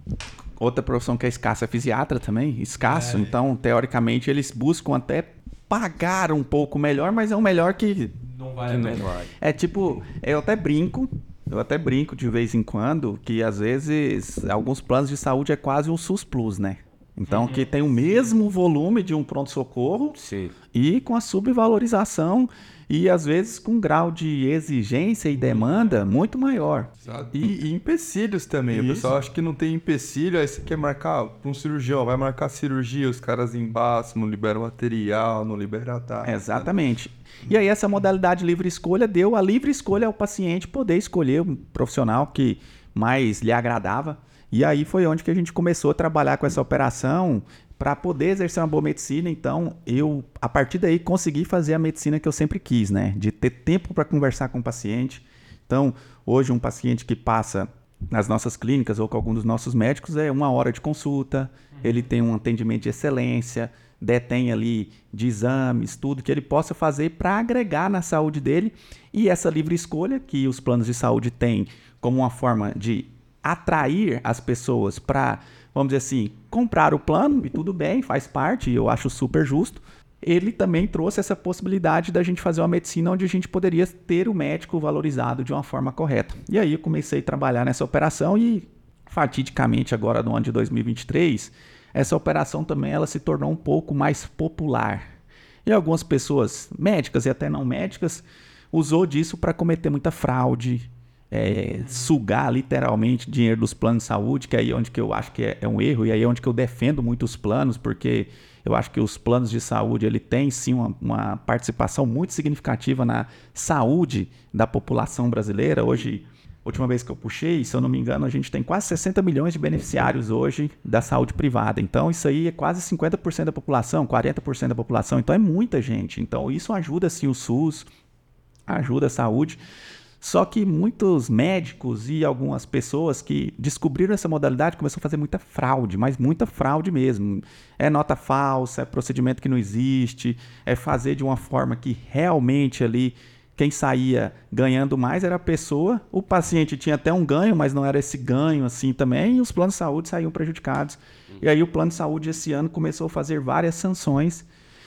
Outra profissão que é escassa é fisiatra também, escasso. Então, teoricamente, eles buscam até pagar um pouco melhor, mas é um melhor que... Não vai, não vai. É tipo, eu até brinco, eu até brinco de vez em quando, que às vezes alguns planos de saúde é quase um SUS Plus, né? Então, que tem o mesmo volume de um pronto-socorro Sim. e com a subvalorização. e às vezes com um grau de exigência e demanda muito maior. Exato. E, e empecilhos também. Isso. O pessoal acha que não tem empecilho, aí você quer marcar para um cirurgião, vai marcar cirurgia, os caras embaçam, não liberam material, não liberam data. Exatamente. E aí essa modalidade livre escolha deu a livre escolha ao paciente poder escolher um profissional que mais lhe agradava. E aí foi onde que a gente começou a trabalhar com essa operação para poder exercer uma boa medicina. Então, eu, a partir daí, consegui fazer a medicina que eu sempre quis, né? De ter tempo para conversar com o paciente. Então, hoje, um paciente que passa nas nossas clínicas ou com algum dos nossos médicos é uma hora de consulta, ele tem um atendimento de excelência, detém ali de exames, tudo que ele possa fazer para agregar na saúde dele. E essa livre escolha que os planos de saúde têm como uma forma de atrair as pessoas para, vamos dizer assim, comprar o plano, e tudo bem, faz parte, e eu acho super justo. Ele também trouxe essa possibilidade da gente fazer uma medicina onde a gente poderia ter o médico valorizado de uma forma correta. E aí eu comecei a trabalhar nessa operação e, fatidicamente, agora no ano de dois mil e vinte e três, essa operação também ela se tornou um pouco mais popular. E algumas pessoas, médicas e até não médicas, usou disso para cometer muita fraude, É, sugar literalmente dinheiro dos planos de saúde, que é aí onde que eu acho que é, é um erro, e aí é onde que eu defendo muito os planos, porque eu acho que os planos de saúde ele tem sim uma, uma participação muito significativa na saúde da população brasileira. Hoje, última vez que eu puxei, se eu não me engano, a gente tem quase sessenta milhões de beneficiários hoje da saúde privada. Então isso aí é quase cinquenta por cento da população, quarenta por cento da população, então é muita gente. Então isso ajuda sim o SUS, ajuda a saúde. Só que muitos médicos e algumas pessoas que descobriram essa modalidade começaram a fazer muita fraude, mas muita fraude mesmo. É nota falsa, é procedimento que não existe, é fazer de uma forma que realmente ali quem saía ganhando mais era a pessoa, o paciente tinha até um ganho, mas não era esse ganho assim também, e os planos de saúde saíam prejudicados. E aí o plano de saúde esse ano começou a fazer várias sanções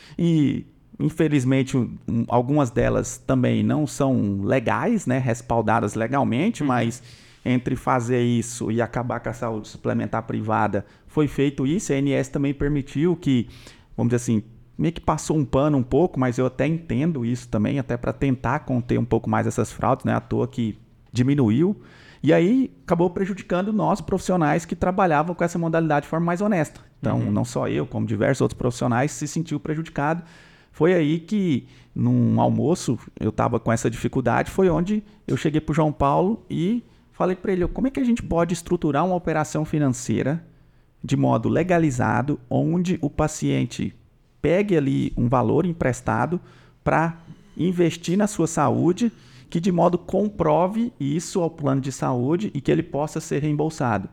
e infelizmente, um, algumas delas também não são legais, né, respaldadas legalmente, uhum. Mas entre fazer isso e acabar com a saúde suplementar privada, foi feito isso. A A N S também permitiu que, vamos dizer assim, meio que passou um pano um pouco, mas eu até entendo isso também, até para tentar conter um pouco mais essas fraudes, né, à toa que diminuiu. E aí acabou prejudicando nós, profissionais que trabalhavam com essa modalidade de forma mais honesta. Então, uhum. Não só eu, como diversos outros profissionais se sentiu prejudicado. Foi aí que, num almoço, eu estava com essa dificuldade, foi onde eu cheguei para o João Paulo e falei para ele, como é que a gente pode estruturar uma operação financeira de modo legalizado, onde o paciente pegue ali um valor emprestado para investir na sua saúde, que de modo comprove isso ao plano de saúde e que ele possa ser reembolsado.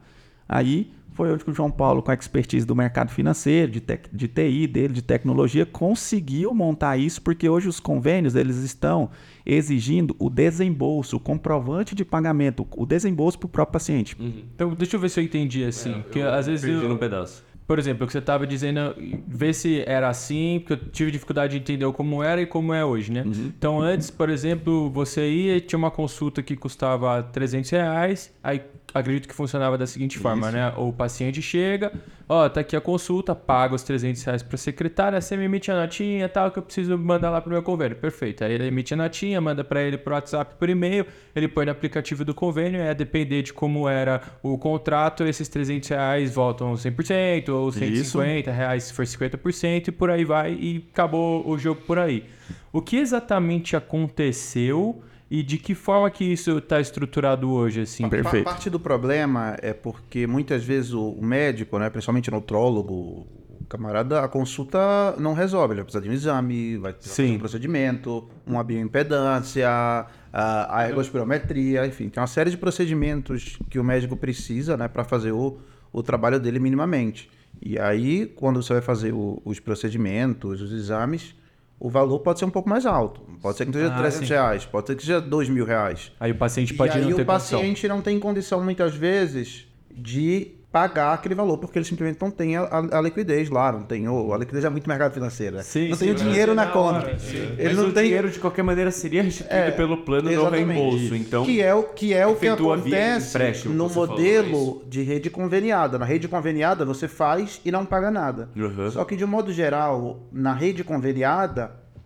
Aí foi onde que o João Paulo, com a expertise do mercado financeiro, de, tec, de T I dele, de tecnologia, conseguiu montar isso, porque hoje os convênios eles estão exigindo o desembolso, o comprovante de pagamento, o desembolso para o próprio paciente. Uhum. Então, deixa eu ver se eu entendi assim, é, porque eu às vezes perdi eu... num pedaço. Por exemplo, o que você estava dizendo, ver se era assim, porque eu tive dificuldade de entender como era e como é hoje, né? Uhum. Então, antes, por exemplo, você ia e tinha uma consulta que custava trezentos reais, aí acredito que funcionava da seguinte Isso. forma, né? O paciente chega, ó, tá aqui a consulta, paga os trezentos reais para a secretária, você me emite a notinha e tal, que eu preciso mandar lá pro meu convênio. Perfeito. Aí ele emite a notinha, manda para ele pro WhatsApp, por e-mail, ele põe no aplicativo do convênio, é depender de como era o contrato, esses trezentos reais voltam cem por cento, ou cento e cinquenta Isso. reais se for cinquenta por cento, e por aí vai, e acabou o jogo por aí. O que exatamente aconteceu e de que forma que isso está estruturado hoje, assim? Perfeito. Parte do problema é porque muitas vezes o médico, né, principalmente o nutrólogo, o camarada, a consulta não resolve. Ele vai precisar de um exame, vai precisar de um procedimento, uma bioimpedância, a, a ergospirometria, enfim. Tem uma série de procedimentos que o médico precisa, né, para fazer o, o trabalho dele minimamente. E aí, quando você vai fazer o, os procedimentos, os exames, o valor pode ser um pouco mais alto. Pode ser que seja ah, trezentos reais, pode ser que seja dois mil reais. Aí o paciente pode e não aí ter o paciente condição. não tem condição, muitas vezes, de pagar aquele valor, porque ele simplesmente não tem a, a, a liquidez lá, não tem o, a liquidez é muito mercado financeiro, né? Sim, não sim, tem o dinheiro na conta. Hora, ele Mas não o tem... dinheiro, de qualquer maneira, seria restituído é, pelo plano do reembolso. Então, que é o que, é o que acontece no modelo falou, de rede conveniada. Na rede conveniada, você faz e não paga nada. Uhum. Só que, de um modo geral, na rede conveniada,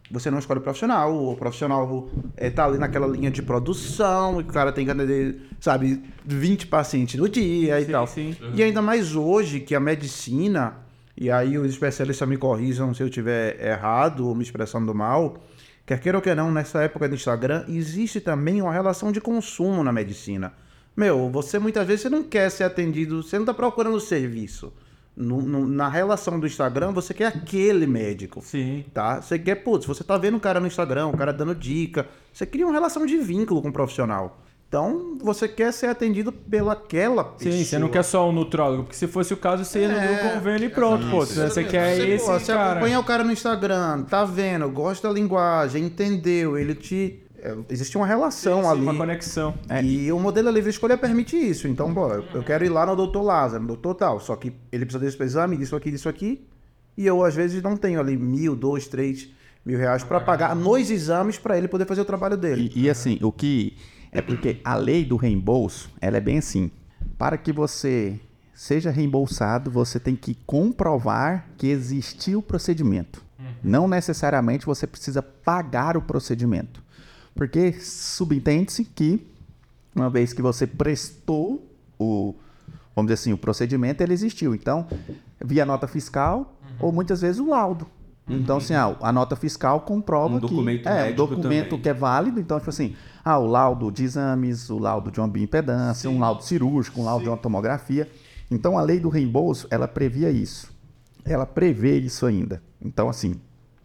você não escolhe o profissional, o profissional é, tá ali naquela linha de produção, e o cara tem que atender, sabe, vinte pacientes no dia e Sim, tal. sim. E ainda mais hoje que a medicina, e aí os especialistas me corrijam se eu estiver errado ou me expressando mal, quer queira ou quer não, nessa época do Instagram, existe também uma relação de consumo na medicina. Meu, você muitas vezes você não quer ser atendido, você não está procurando serviço. No, no, na relação do Instagram, você quer aquele médico. Sim. Tá? Você quer, putz, você tá vendo o cara no Instagram, o cara dando dica. Você cria uma relação de vínculo com o profissional. Então, você quer ser atendido pelaquela pessoa. Sim, você não quer só um nutrólogo, porque se fosse o caso, você ia É, no convênio e pronto, pô. Você Você, quer você, esse pô, você cara. acompanha o cara no Instagram, tá vendo, gosta da linguagem, entendeu, ele te... é, existe uma relação Sim, ali. uma conexão. E o modelo livre escolha permite isso. Então, pô, eu, eu quero ir lá no doutor Lázaro, no doutor tal, só que ele precisa desse exame, disso aqui, disso aqui, e eu, às vezes, não tenho ali mil, dois, três mil reais para pagar nos exames para ele poder fazer o trabalho dele. E, e assim, o que... É porque a lei do reembolso, ela é bem assim. Para que você seja reembolsado, você tem que comprovar que existiu o procedimento. Uhum. Não necessariamente você precisa pagar o procedimento. Porque subentende-se que, uma vez que você prestou o, vamos dizer assim, o procedimento, ele existiu. Então, via nota fiscal uhum. ou muitas vezes o laudo. Uhum. Então, assim, ah, a nota fiscal comprova um documento que é um documento também. que é válido. Então, tipo assim, ah, o laudo de exames, o laudo de uma bioimpedância, Sim. um laudo cirúrgico, um laudo Sim. de uma tomografia. Então, a lei do reembolso, ela previa isso. Ela prevê isso ainda. Então, assim,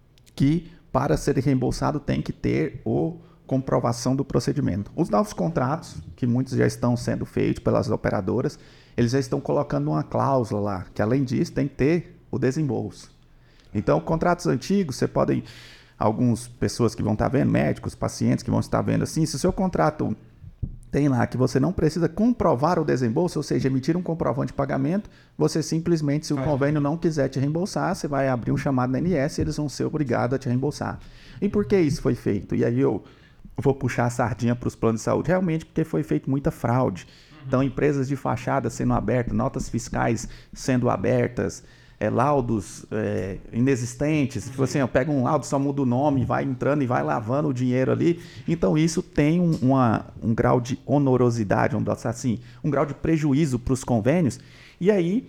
que para ser reembolsado tem que ter o comprovação do procedimento. Os novos contratos, que muitos já estão sendo feitos pelas operadoras, eles já estão colocando uma cláusula lá, que além disso tem que ter o desembolso. Então, contratos antigos, você podem, algumas pessoas que vão estar vendo, médicos, pacientes que vão estar vendo assim, se o seu contrato tem lá que você não precisa comprovar o desembolso, ou seja, emitir um comprovante de pagamento, você simplesmente, se o convênio não quiser te reembolsar, você vai abrir um chamado na A N S e eles vão ser obrigados a te reembolsar. E por que isso foi feito? E aí eu vou puxar a sardinha para os planos de saúde, realmente porque foi feita muita fraude. Uhum. Então, empresas de fachada sendo abertas, notas fiscais sendo abertas, é, laudos é, inexistentes. Tipo assim, eu pego um laudo, só muda o nome, vai entrando e vai lavando o dinheiro ali. Então, isso tem um, uma, um grau de onerosidade, vamos dizer assim, um grau de prejuízo para os convênios. E aí,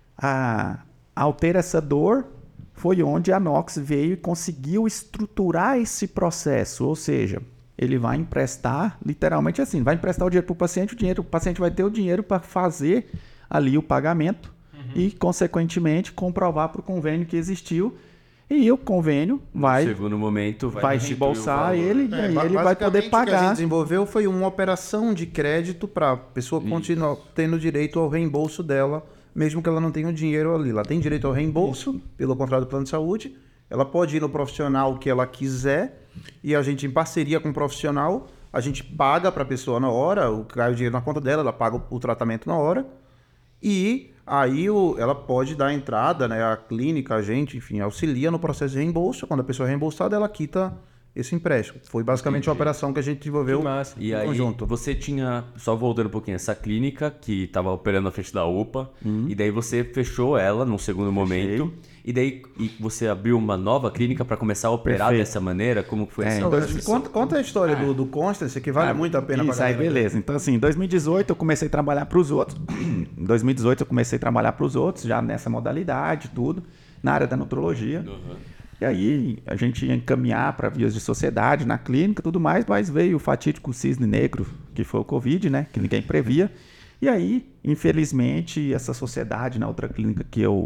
a, ao ter essa dor, foi onde a Nox veio e conseguiu estruturar esse processo. Ou seja, ele vai emprestar, literalmente assim, vai emprestar o dinheiro para o paciente, o, dinheiro, o paciente vai ter o dinheiro para fazer ali o pagamento uhum. e, consequentemente, comprovar para o convênio que existiu. E o convênio vai, no segundo momento, vai, vai reembolsar ele é, e aí ele vai poder pagar. O que a gente desenvolveu foi uma operação de crédito para a pessoa continuar tendo direito ao reembolso dela, mesmo que ela não tenha o dinheiro ali. Ela tem direito ao reembolso Isso. pelo contrato do plano de saúde. Ela pode ir no profissional que ela quiser e a gente, em parceria com o profissional, a gente paga para a pessoa na hora, cai o dinheiro na conta dela, ela paga o tratamento na hora e aí o, ela pode dar entrada, né, a clínica, a gente, enfim, auxilia no processo de reembolso. Quando a pessoa é reembolsada, ela quita esse empréstimo. Foi basicamente uma operação que a gente desenvolveu e aí, conjunto. Você tinha, só voltando um pouquinho, essa clínica que estava operando na frente da U P A, hum. e daí você fechou ela num segundo Fechei. momento, e daí e você abriu uma nova clínica para começar a operar Perfeito. dessa maneira? Como que foi é, essa dois, conta, conta a história ah. do, do Constance, que vale ah, muito a pena. Isso, aí beleza. Então assim, em dois mil e dezoito eu comecei a trabalhar para os outros. Em dois mil e dezoito eu comecei a trabalhar para os outros, já nessa modalidade, tudo, na área da nutrologia. Uhum. E aí a gente ia encaminhar para vias de sociedade na clínica e tudo mais, mas veio o fatídico cisne negro, que foi o Covid, né? Que ninguém previa. E aí, infelizmente, essa sociedade na outra clínica que eu,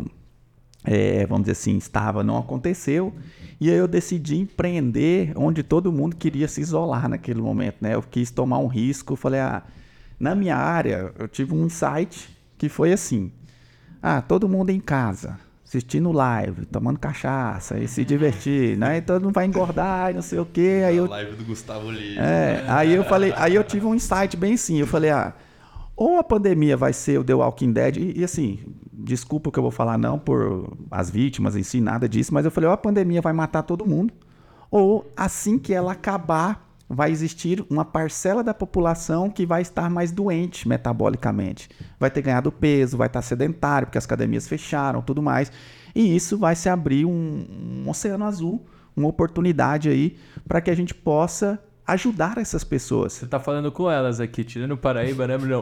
é, vamos dizer assim, estava, não aconteceu. E aí eu decidi empreender onde todo mundo queria se isolar naquele momento, né? Eu quis tomar um risco, falei, ah, na minha área, eu tive um insight que foi assim, ah, todo mundo em casa, assistindo live, tomando cachaça e se divertir, né? Então não vai engordar e não sei o quê. Aí eu, live do Gustavo Lima. É, aí eu falei, aí eu tive um insight bem assim, eu falei, ah, ou a pandemia vai ser o The Walking Dead, e, e assim, desculpa o que eu vou falar não por as vítimas em si, nada disso, mas eu falei, ou a pandemia vai matar todo mundo, ou assim que ela acabar, vai existir uma parcela da população que vai estar mais doente metabolicamente. Vai ter ganhado peso, vai estar sedentário, porque as academias fecharam, tudo mais. E isso vai se abrir um, um oceano azul, uma oportunidade aí para que a gente possa ajudar essas pessoas. Você tá falando com elas aqui, tirando o Paraíba, né, Bruno?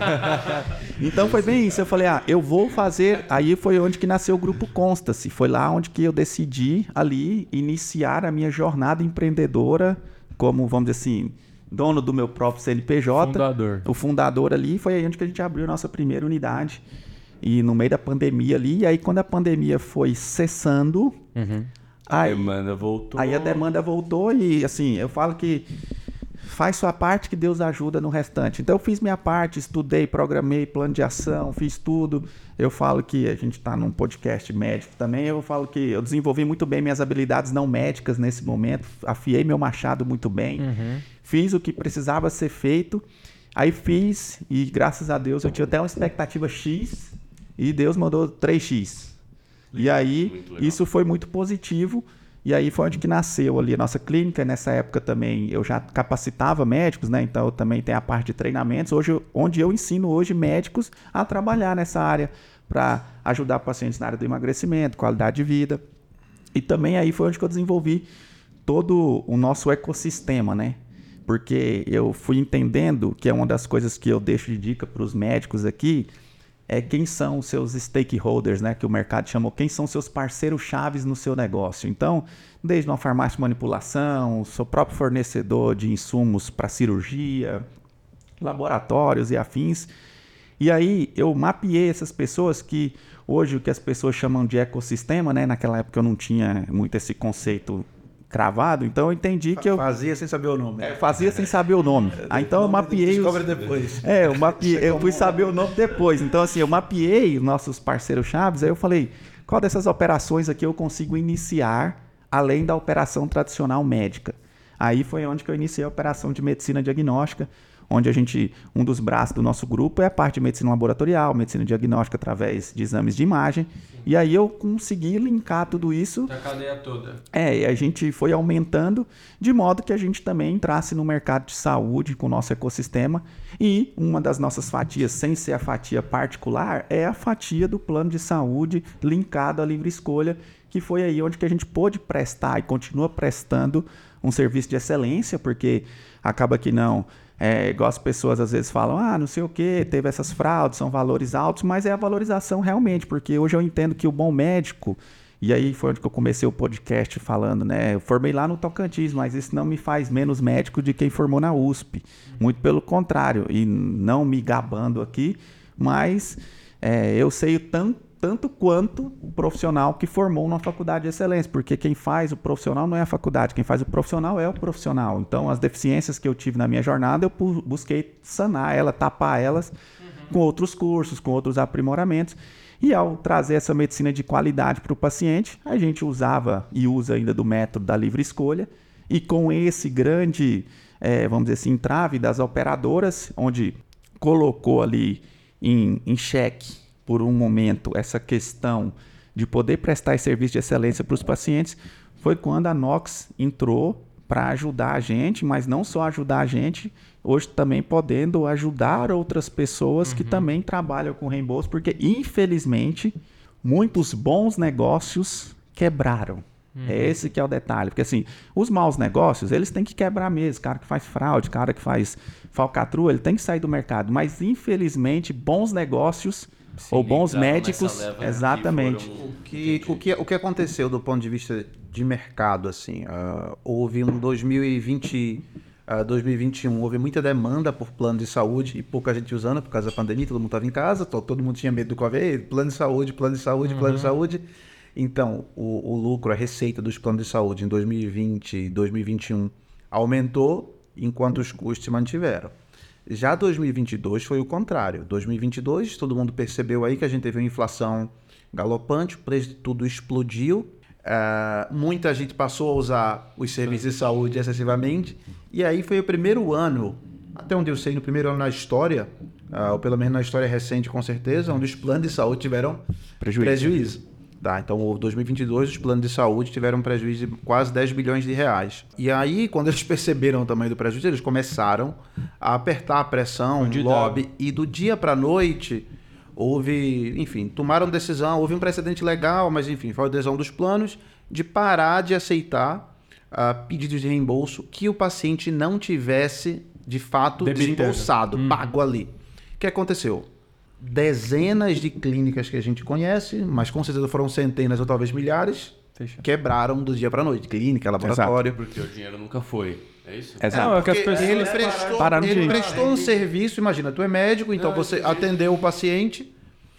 Então foi bem isso, eu falei, ah, eu vou fazer, aí foi onde que nasceu o Grupo Consta-se, foi lá onde que eu decidi ali iniciar a minha jornada empreendedora, como, vamos dizer assim, dono do meu próprio C N P J. Fundador. O fundador ali, foi aí onde que a gente abriu a nossa primeira unidade, e no meio da pandemia ali, e aí quando a pandemia foi cessando, Uhum. A aí, demanda voltou. aí a demanda voltou e assim, eu falo que faz sua parte que Deus ajuda no restante. Então eu fiz minha parte, estudei, programei, plano de ação, fiz tudo. Eu falo que a gente está num podcast médico também, eu falo que eu desenvolvi muito bem minhas habilidades não médicas nesse momento, afiei meu machado muito bem, Uhum. fiz o que precisava ser feito, aí fiz e graças a Deus eu tinha até uma expectativa X e Deus mandou três X. E aí, isso foi muito positivo. E aí foi onde que nasceu ali a nossa clínica. Nessa época também eu já capacitava médicos, né? Então eu também tenho a parte de treinamentos. Hoje, onde eu ensino hoje médicos a trabalhar nessa área para ajudar pacientes na área do emagrecimento, qualidade de vida. E também aí foi onde que eu desenvolvi todo o nosso ecossistema, né? Porque eu fui entendendo que é uma das coisas que eu deixo de dica para os médicos aqui, é quem são os seus stakeholders, né, que o mercado chamou, quem são seus parceiros chaves no seu negócio. Então, desde uma farmácia de manipulação, seu próprio fornecedor de insumos para cirurgia, laboratórios e afins. E aí eu mapeei essas pessoas que hoje o que as pessoas chamam de ecossistema, né, naquela época eu não tinha muito esse conceito cravado, então eu entendi que eu Fazia sem saber o nome. é, fazia sem saber o nome. Aí, então eu mapeei os... Descobre depois. É, eu, mapeei, eu fui saber o nome depois. Então, assim, eu mapeei os nossos parceiros chaves, aí eu falei, qual dessas operações aqui eu consigo iniciar, além da operação tradicional médica? Aí foi onde que eu iniciei a operação de medicina diagnóstica, onde a gente, um dos braços do nosso grupo é a parte de medicina laboratorial, medicina diagnóstica através de exames de imagem. E aí eu consegui linkar tudo isso. A cadeia toda. É, e a gente foi aumentando de modo que a gente também entrasse no mercado de saúde com o nosso ecossistema. E uma das nossas fatias, sem ser a fatia particular, é a fatia do plano de saúde linkado à livre escolha, que foi aí onde que a gente pôde prestar e continua prestando um serviço de excelência, porque acaba que não... É, igual as pessoas às vezes falam, ah, não sei o que, teve essas fraudes, são valores altos, mas é a valorização realmente, porque hoje eu entendo que o bom médico, e aí foi onde que eu comecei o podcast falando, né, eu formei lá no Tocantins, mas isso não me faz menos médico de quem formou na U S P, muito pelo contrário, e não me gabando aqui, mas é, eu sei tanto, tanto quanto o profissional que formou uma faculdade de excelência, porque quem faz o profissional não é a faculdade, quem faz o profissional é o profissional. Então, as deficiências que eu tive na minha jornada, eu busquei sanar ela, tapar elas uhum. com outros cursos, com outros aprimoramentos. E ao trazer essa medicina de qualidade para o paciente, a gente usava e usa ainda do método da livre escolha, e com esse grande, é, vamos dizer assim, entrave das operadoras, onde colocou ali em, em xeque, por um momento, essa questão de poder prestar esse serviço de excelência para os pacientes, foi quando a Nox entrou para ajudar a gente, mas não só ajudar a gente, hoje também podendo ajudar outras pessoas uhum. que também trabalham com reembolso, porque infelizmente muitos bons negócios quebraram. Uhum. É esse que é o detalhe, porque assim, os maus negócios, eles têm que quebrar mesmo, cara que faz fraude, cara que faz falcatrua, ele tem que sair do mercado, mas infelizmente bons negócios Sim, ou bons médicos, exatamente. O que, o, que, o que aconteceu do ponto de vista de mercado, assim, uh, houve um dois mil e vinte, uh, dois mil e vinte e um, houve muita demanda por plano de saúde e pouca gente usando por causa da pandemia, todo mundo estava em casa, todo, todo mundo tinha medo do Covid, plano de saúde, plano de saúde, uhum. plano de saúde. Então, o, o lucro, a receita dos planos de saúde em dois mil e vinte e dois mil e vinte e um aumentou enquanto os custos se mantiveram. Já dois mil e vinte e dois foi o contrário. dois mil e vinte e dois, todo mundo percebeu aí que a gente teve uma inflação galopante, o preço de tudo explodiu, uh, muita gente passou a usar os serviços de saúde excessivamente, e aí foi o primeiro ano, até onde eu sei, no primeiro ano na história, uh, ou pelo menos na história recente com certeza, onde os planos de saúde tiveram prejuízo. prejuízo. Tá, então, em dois mil e vinte e dois, os planos de saúde tiveram um prejuízo de quase dez bilhões de reais. E aí, quando eles perceberam o tamanho do prejuízo, eles começaram a apertar a pressão, o lobby, e do dia para a noite, houve, enfim, tomaram decisão, houve um precedente legal, mas enfim, foi a adesão dos planos, de parar de aceitar uh, pedidos de reembolso que o paciente não tivesse, de fato, Debitando. desembolsado, pago ali. O que aconteceu? Dezenas de clínicas que a gente conhece, mas com certeza foram centenas ou talvez milhares, Fechou. quebraram do dia para a noite. Clínica, laboratório. Porque o dinheiro nunca foi. É isso? Exato. Não, é que as Porque pessoas ele prestou, pararam ele de- prestou um serviço, imagina, tu é médico, então você atendeu o paciente,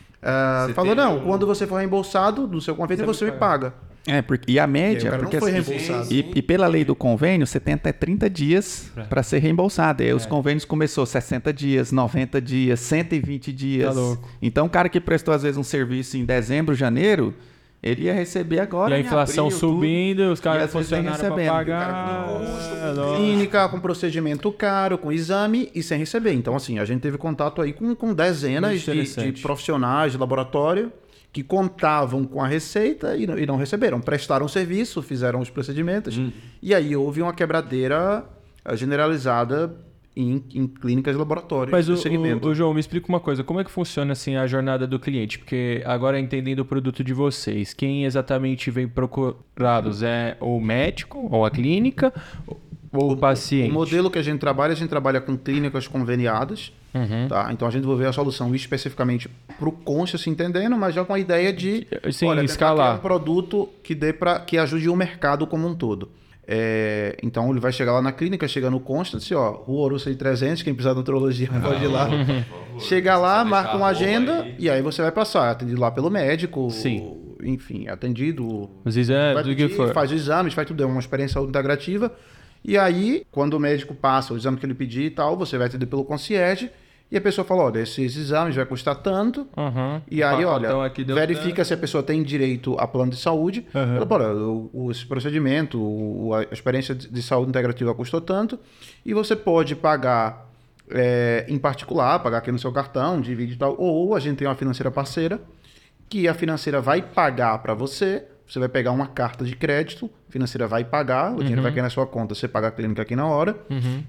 ah, Você falou, teve não, um- quando você for reembolsado do seu convênio, você me paga. É, porque, e a E aí média, o cara não porque foi assim, reembolsado. e, e pela lei do convênio, você tem até trinta dias para ser reembolsado. E aí os convênios começou sessenta dias, noventa dias, cento e vinte dias. Tá louco. Então o cara que prestou às vezes um serviço em dezembro, janeiro, ele ia receber agora. E a em inflação abril, tudo. subindo, os E caras às vezes vem funcionaram pra recebendo. pagar. É, nossa. Clínica, com procedimento caro, com exame e sem receber. Então, assim, a gente teve contato aí com, com dezenas Muito de, interessante. de profissionais de laboratório que contavam com a receita e não, e não receberam. Prestaram serviço, fizeram os procedimentos e aí houve uma quebradeira eh, generalizada em, em clínicas e laboratórios Mas de o, segmento. o, o João, me explica uma coisa, como é que funciona assim a jornada do cliente? Porque agora entendendo o produto de vocês, quem exatamente vem procurados é o médico ou a clínica ou o paciente? O modelo que a gente trabalha, a gente trabalha com clínicas conveniadas, Uhum. tá? Então a gente vai ver a solução especificamente para o cônjuge se entendendo, mas já com a ideia de Sim, olha, tentar escalar. criar um produto que dê para que ajude o mercado como um todo. É, então ele vai chegar lá na clínica, chega no Constance, ó, Rua Oruçay trezentos, quem precisar de nutrologia pode ir lá. Chega lá, Você marca deixar uma a roupa agenda aí. e aí você vai passar, atendido lá pelo médico, Sim. enfim, atendido Os exames, vai do que pedir, for. faz os exames, faz tudo, é uma experiência integrativa. E aí, quando o médico passa o exame que ele pedir e tal, você vai atender pelo concierge e a pessoa fala, olha, esses exames vai custar tanto. Uhum. E aí, O olha, pacotão aqui deu verifica se a pessoa tem direito a plano de saúde. Uhum. Ela fala, olha, o, o- esse procedimento, o- a experiência de de saúde integrativa custou tanto e você pode pagar é, em particular, pagar aqui no seu cartão, divide e tal, ou a gente tem uma financeira parceira que a financeira vai pagar para você, você vai pegar uma carta de crédito, a financeira vai pagar, o dinheiro vai cair na sua conta, você paga a clínica aqui na hora,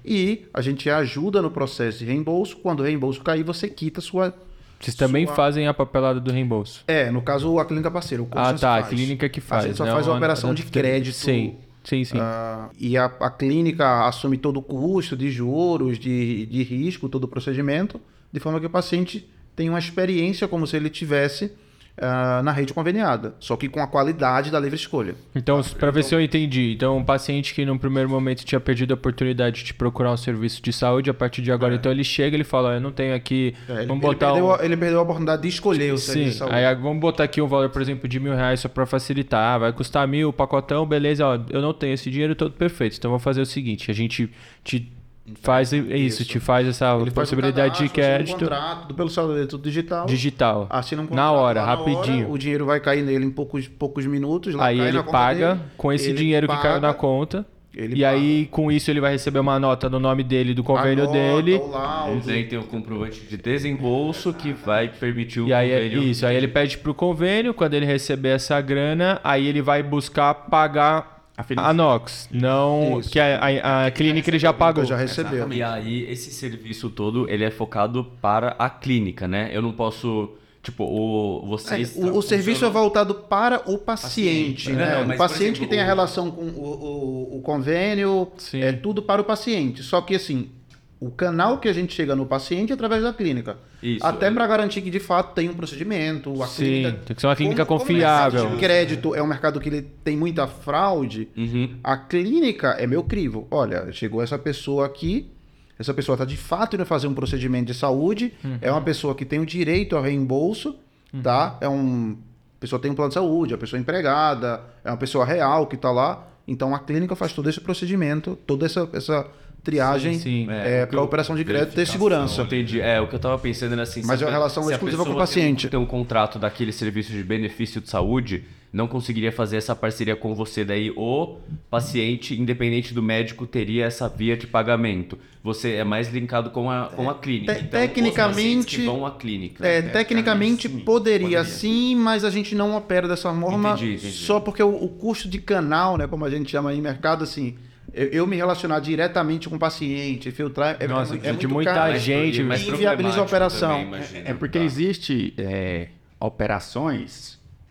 e a gente ajuda no processo de reembolso, quando o reembolso cair, você quita a sua... Vocês também sua- fazem a papelada do reembolso? É, no caso, a clínica parceira, o Ah, Constance tá, a faz. clínica que faz. A gente só né? faz a Uma- operação de crédito. Sim, sim, sim. Ah, e a, a clínica assume todo o custo de juros, de, de risco, todo o procedimento, de forma que o paciente tem uma experiência como se ele tivesse ah, na rede conveniada, só que com a qualidade da livre escolha. Então, para ver se eu entendi. Então, um paciente que num primeiro momento tinha perdido a oportunidade de procurar um serviço de saúde, a partir de agora, então ele chega e ele fala, ó, eu não tenho aqui, É, ele, vamos ele botar perdeu, um... a- ele perdeu a oportunidade de escolher o serviço Sim, de saúde. aí vamos botar aqui um valor, por exemplo, de mil reais só para facilitar. Vai custar mil, pacotão, beleza. Ó, eu não tenho esse dinheiro todo perfeito. Então vamos fazer o seguinte: a gente te faz isso, te faz essa Ele faz um possibilidade de cadastro, assina um crédito contrato, tudo pelo celular, tudo digital. digital. Assina um Na contrato hora, lá na rapidinho. o dinheiro vai cair nele em poucos, poucos minutos. Lá Aí cai ele na conta paga dele, com esse ele dinheiro que caiu na paga, conta. ele E aí, com isso, ele vai receber uma nota no nome dele, do convênio anota, dele. o laudo. Daí tem o comprovante de desembolso que vai permitir o E aí, é convênio. isso, aí ele pede pro convênio, quando ele receber essa grana, aí ele vai buscar pagar A a, financeira. Nox, não Isso. que a, a- a clínica ele já pagou. Já recebeu. E aí, esse serviço todo, ele é focado para a clínica, né? Eu não posso, tipo, o, É, vocês... o, o serviço é voltado para o paciente, Paciente, né? não, o mas, paciente por exemplo, que tem a o- relação com o, o, o convênio, Sim. é tudo para o paciente. Só que assim, o canal que a gente chega no paciente é através da clínica. Isso, Até é. para garantir que de fato tem um procedimento. A Sim, clínica, tem que ser uma clínica como, confiável. Como o mercado de crédito é um mercado que ele tem muita fraude. Uhum. A clínica é meu crivo. Olha, chegou essa pessoa aqui, essa pessoa está de fato indo fazer um procedimento de saúde, é uma pessoa que tem o direito ao reembolso, tá? É um a pessoa tem um plano de saúde, é uma pessoa empregada, é uma pessoa real que está lá. Então a clínica faz todo esse procedimento, toda essa, essa triagem Sim, sim. é, para a operação de crédito ter segurança. Entendi. É, o que eu tava pensando era assim... Mas se é a uma pe- relação se a exclusiva com o pessoa paciente. Tem, tem um contrato daquele serviço de benefício de saúde, não conseguiria fazer essa parceria com você. Daí o paciente, independente do médico, teria essa via de pagamento. Você é mais linkado com a, com a clínica. te- Então, os pacientes tecnicamente- que vão à clínica. É, tecnicamente sim, poderia, poderia. sim, mas a gente não opera dessa forma Entendi, entendi. só porque o, o custo de canal, né, como a gente chama aí em mercado, assim, eu, eu me relacionar diretamente com o paciente, filtrar, é, Nossa, é, é de muito muita caro. gente, e mas inviabiliza a operação. É porque existe é, operações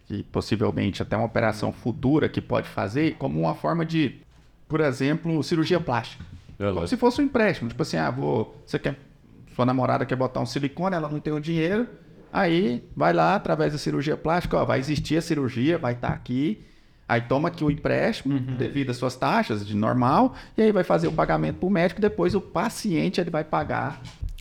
e possivelmente até uma operação futura que pode fazer, como uma forma de, por exemplo, cirurgia plástica. É, Como se fosse um empréstimo. Tipo assim, ah, vou, você quer, sua namorada quer botar um silicone, ela não tem o dinheiro, aí vai lá, através da cirurgia plástica, ó, vai existir a cirurgia, vai estar aqui, aí toma aqui o empréstimo, uhum. devido às suas taxas de normal, e aí vai fazer o pagamento para o médico, depois o paciente ele vai pagar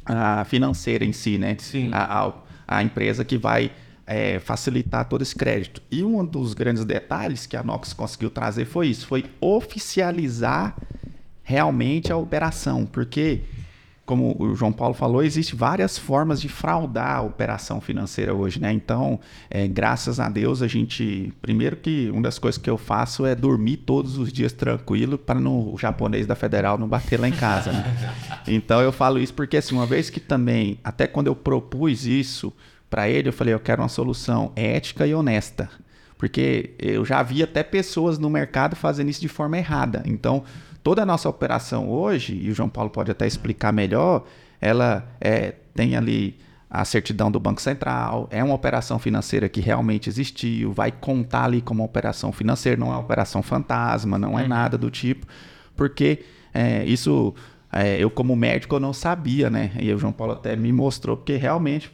a financeira em si, né? Sim. A, a, a empresa que vai é, facilitar todo esse crédito. E um dos grandes detalhes que a Nox conseguiu trazer foi isso, foi oficializar realmente a operação, porque, como o João Paulo falou, existem várias formas de fraudar a operação financeira hoje, né? Então, é, graças a Deus, a gente... Primeiro que uma das coisas que eu faço é dormir todos os dias tranquilo para o japonês da Federal não bater lá em casa, né? Então, eu falo isso porque, assim, uma vez que também... Até quando eu propus isso para ele, eu falei, eu quero uma solução ética e honesta. Porque eu já vi até pessoas no mercado fazendo isso de forma errada. Então... Toda a nossa operação hoje, e o João Paulo pode até explicar melhor, ela é, tem ali a certidão do Banco Central, é uma operação financeira que realmente existiu, vai contar ali como uma operação financeira, não é uma operação fantasma, não é nada do tipo, porque é, isso é, eu como médico eu não sabia, né? E o João Paulo até me mostrou, porque realmente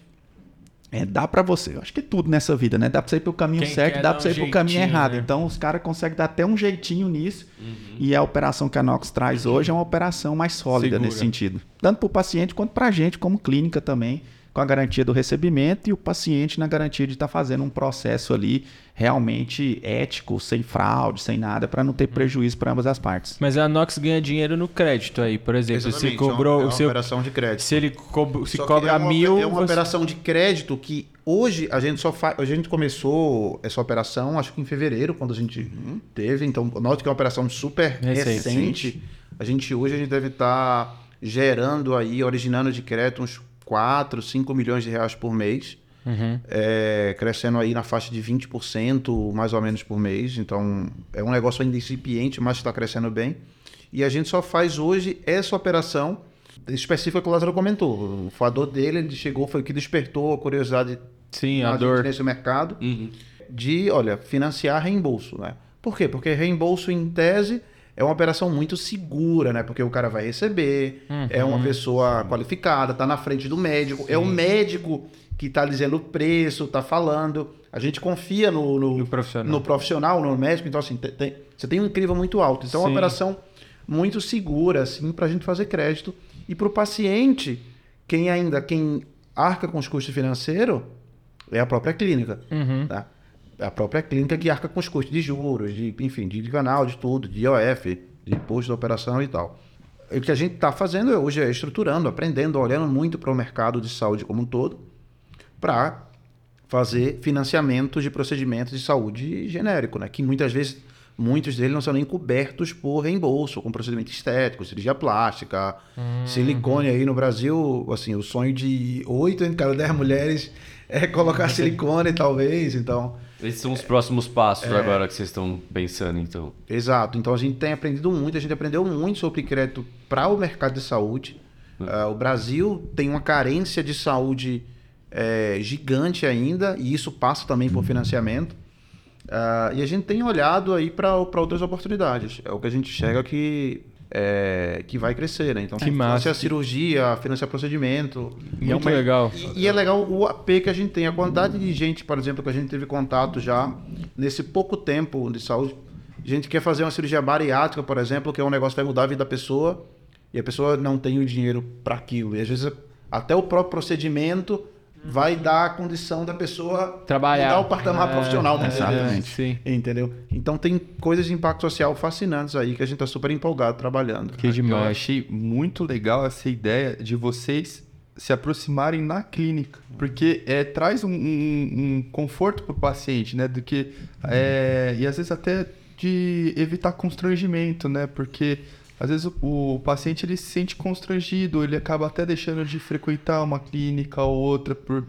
é, dá pra você, eu acho que tudo nessa vida, né? Dá pra você ir pro caminho Quem certo, quer dá dar pra você um ir pro caminho jeitinho, errado. né? Então os caras conseguem dar até um jeitinho nisso. Uhum. E a operação que a Nox traz hoje é uma operação mais sólida Segura. nesse sentido. Tanto pro paciente quanto pra gente, como clínica também, com a garantia do recebimento e o paciente na garantia de estar tá fazendo um processo ali realmente ético, sem fraude, sem nada, para não ter prejuízo para ambas as partes. Mas a Nox ganha dinheiro no crédito aí, por exemplo. Exatamente, Se cobrou, é uma, é uma se, operação de crédito. se ele co se Só que cobra é uma, mil... É uma você... operação de crédito que hoje a gente só faz... A gente começou essa operação, acho que em fevereiro, quando a gente uhum. teve. Então, note que é uma operação super recente. recente. A gente hoje a gente deve estar tá gerando aí, originando de crédito uns quatro, cinco milhões de reais por mês. Uhum. É, crescendo aí na faixa de vinte por cento mais ou menos por mês. Então, é um negócio ainda incipiente, mas está crescendo bem. E a gente só faz hoje essa operação específica que o Lázaro comentou. O fator dele, ele chegou, foi o que despertou a curiosidade Sim, a dor. nesse mercado Uhum. de, olha, financiar reembolso, né? Por quê? Porque reembolso, em tese, é uma operação muito segura, né? Porque o cara vai receber, uhum. é uma pessoa qualificada, tá na frente do médico, Sim. é o médico que tá dizendo o preço, tá falando. A gente confia no, no, no, profissional. no profissional, no médico. Então, assim, tem, tem, você tem um incrível muito alto. Então, Sim. é uma operação muito segura, assim, pra gente fazer crédito. E pro paciente, quem ainda, quem arca com os custos financeiros é a própria clínica, uhum. tá? A própria clínica que arca com os custos de juros, de, enfim, de canal, de tudo, de I O F, de imposto da operação e tal. E o que a gente está fazendo hoje é estruturando, aprendendo, olhando muito para o mercado de saúde como um todo, para fazer financiamento de procedimentos de saúde genérico, né? Que muitas vezes, muitos deles não são nem cobertos por reembolso, com procedimento estético, cirurgia plástica, uhum. silicone aí no Brasil, assim, o sonho de oito em cada dez mulheres é colocar silicone, talvez, então... Esses são os próximos passos é, agora que vocês estão pensando, então. Exato. Então, a gente tem aprendido muito, a gente aprendeu muito sobre crédito para o mercado de saúde. Uhum. Uh, o Brasil tem uma carência de saúde é, gigante ainda, e isso passa também por financiamento. Uh, e a gente tem olhado aí para outras oportunidades. É o que a gente chega que... É, que vai crescer, né? Então, que financiar cirurgia, financiar procedimento. Muito é uma... legal. E, e é legal o A P que a gente tem. A quantidade de gente, por exemplo, que a gente teve contato já nesse pouco tempo de saúde. A gente quer fazer uma cirurgia bariátrica, por exemplo, que é um negócio que vai mudar a vida da pessoa e a pessoa não tem o dinheiro para aquilo. E às vezes até o próprio procedimento vai dar a condição da pessoa trabalhar, mudar o patamar é, É, profissional. exatamente. Sim. Entendeu? Então tem coisas de impacto social fascinantes aí que a gente tá super empolgado trabalhando. Que demais. Eu achei muito legal essa ideia de vocês se aproximarem na clínica, porque é, traz um, um, um conforto para o paciente, né? Do que, é, e às vezes até de evitar constrangimento, né? Porque às vezes o, o paciente ele se sente constrangido, ele acaba até deixando de frequentar uma clínica ou outra por,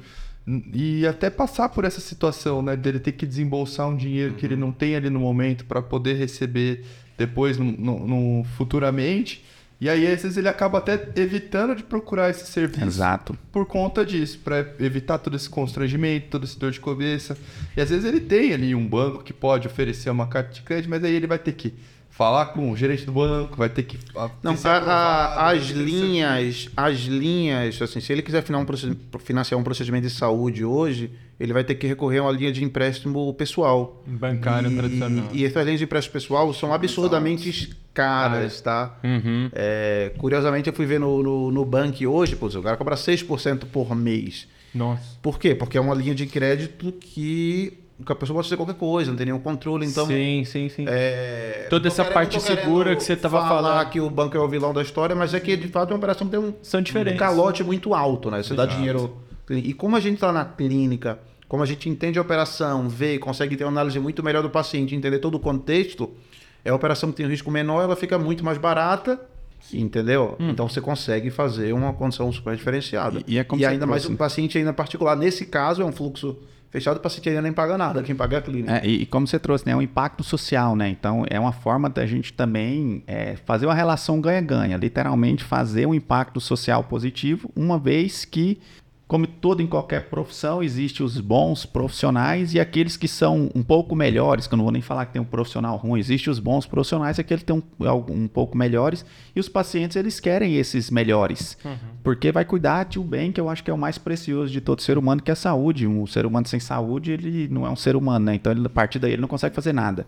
e até passar por essa situação, né, dele ter que desembolsar um dinheiro uhum. que ele não tem ali no momento para poder receber depois no, no, no, futuramente. E aí, às vezes, ele acaba até evitando de procurar esse serviço. Exato. Por conta disso, para evitar todo esse constrangimento, todo esse dor de cabeça. E às vezes ele tem ali um banco que pode oferecer uma carta de crédito, mas aí ele vai ter que falar com o gerente do banco, vai ter que... Não, a, a, as linhas, as linhas, assim, se ele quiser financiar um, procedimento, financiar um procedimento de saúde hoje, ele vai ter que recorrer a uma linha de empréstimo pessoal. Bancário e, tradicional. E essas linhas de empréstimo pessoal são absurdamente caras, tá? Uhum. É, curiosamente, eu fui ver no, no, no Bank hoje, pô, o cara cobra seis por cento por mês. Nossa. Por quê? Porque é uma linha de crédito que... que a pessoa pode fazer qualquer coisa, não tem nenhum controle, então... Sim, sim, sim. É, Toda essa querendo, parte segura que você tava falar falando. que o banco é o vilão da história, mas é que, de fato, é uma operação que tem um, São diferentes. um calote muito alto, né? Você dá dinheiro... E como a gente está na clínica, como a gente entende a operação, vê, consegue ter uma análise muito melhor do paciente, entender todo o contexto, é a operação que tem um risco menor, ela fica muito mais barata, entendeu? Hum. Então você consegue fazer uma condição super diferenciada. E, e, é como e ainda mais trouxe. o paciente ainda particular. Nesse caso, é um fluxo fechado, o paciente ainda nem paga nada, quem paga é a clínica. É, e, e como você trouxe, né, é um impacto social, né? Então é uma forma da gente também é, fazer uma relação ganha-ganha, literalmente fazer um impacto social positivo, uma vez que, como todo em qualquer profissão, existem os bons profissionais e aqueles que são um pouco melhores, que eu não vou nem falar que tem um profissional ruim, existem os bons profissionais, aqueles que tem um, um pouco melhores, e os pacientes, eles querem esses melhores, uhum. porque vai cuidar de um bem que eu acho que é o mais precioso de todo ser humano, que é a saúde. Um ser humano sem saúde, ele não é um ser humano, né? Então, ele, a partir daí, ele não consegue fazer nada.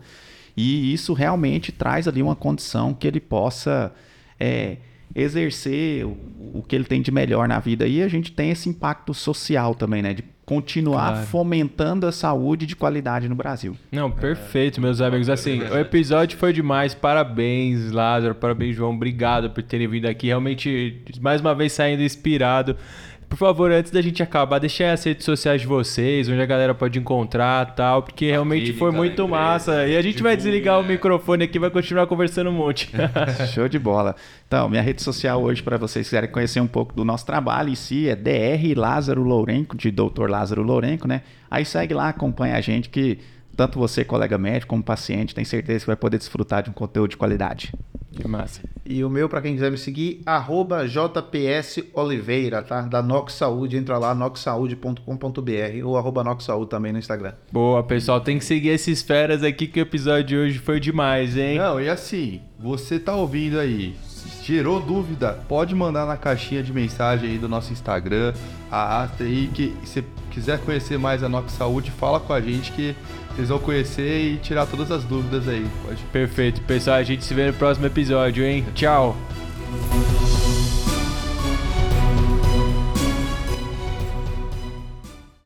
E isso realmente traz ali uma condição que ele possa... É, exercer o, o que ele tem de melhor na vida. E a gente tem esse impacto social também, né? De continuar claro. fomentando a saúde de qualidade no Brasil. Não, perfeito, meus amigos. Assim, o episódio foi demais. Parabéns, Lázaro. Parabéns, João. Obrigado por terem vindo aqui. Realmente, mais uma vez, saindo inspirado. Por favor, antes da gente acabar, deixem as redes sociais de vocês, onde a galera pode encontrar e tal, porque realmente foi muito massa. E a gente vai desligar o microfone aqui e vai continuar conversando um monte. Show de bola. Então, minha rede social hoje, para vocês quiserem conhecer um pouco do nosso trabalho em si, é D R Lázaro Lourenco, de doutor Lázaro Lourenco, né? Aí segue lá, acompanha a gente que tanto você, colega médico, como paciente, tem certeza que vai poder desfrutar de um conteúdo de qualidade. Que massa. E o meu, para quem quiser me seguir, arroba J P S Oliveira, tá? Da Nox Saúde, entra lá, nox saúde ponto com ponto b r ou arroba Nox Saúde também no Instagram. Boa, pessoal, tem que seguir esses feras aqui que o episódio de hoje foi demais, hein? Não, e assim, você tá ouvindo aí, gerou dúvida, pode mandar na caixinha de mensagem aí do nosso Instagram, arrasta aí, que se quiser conhecer mais a Nox Saúde, fala com a gente que vocês vão conhecer e tirar todas as dúvidas aí. Pode. Perfeito, pessoal. A gente se vê no próximo episódio, hein? Tchau!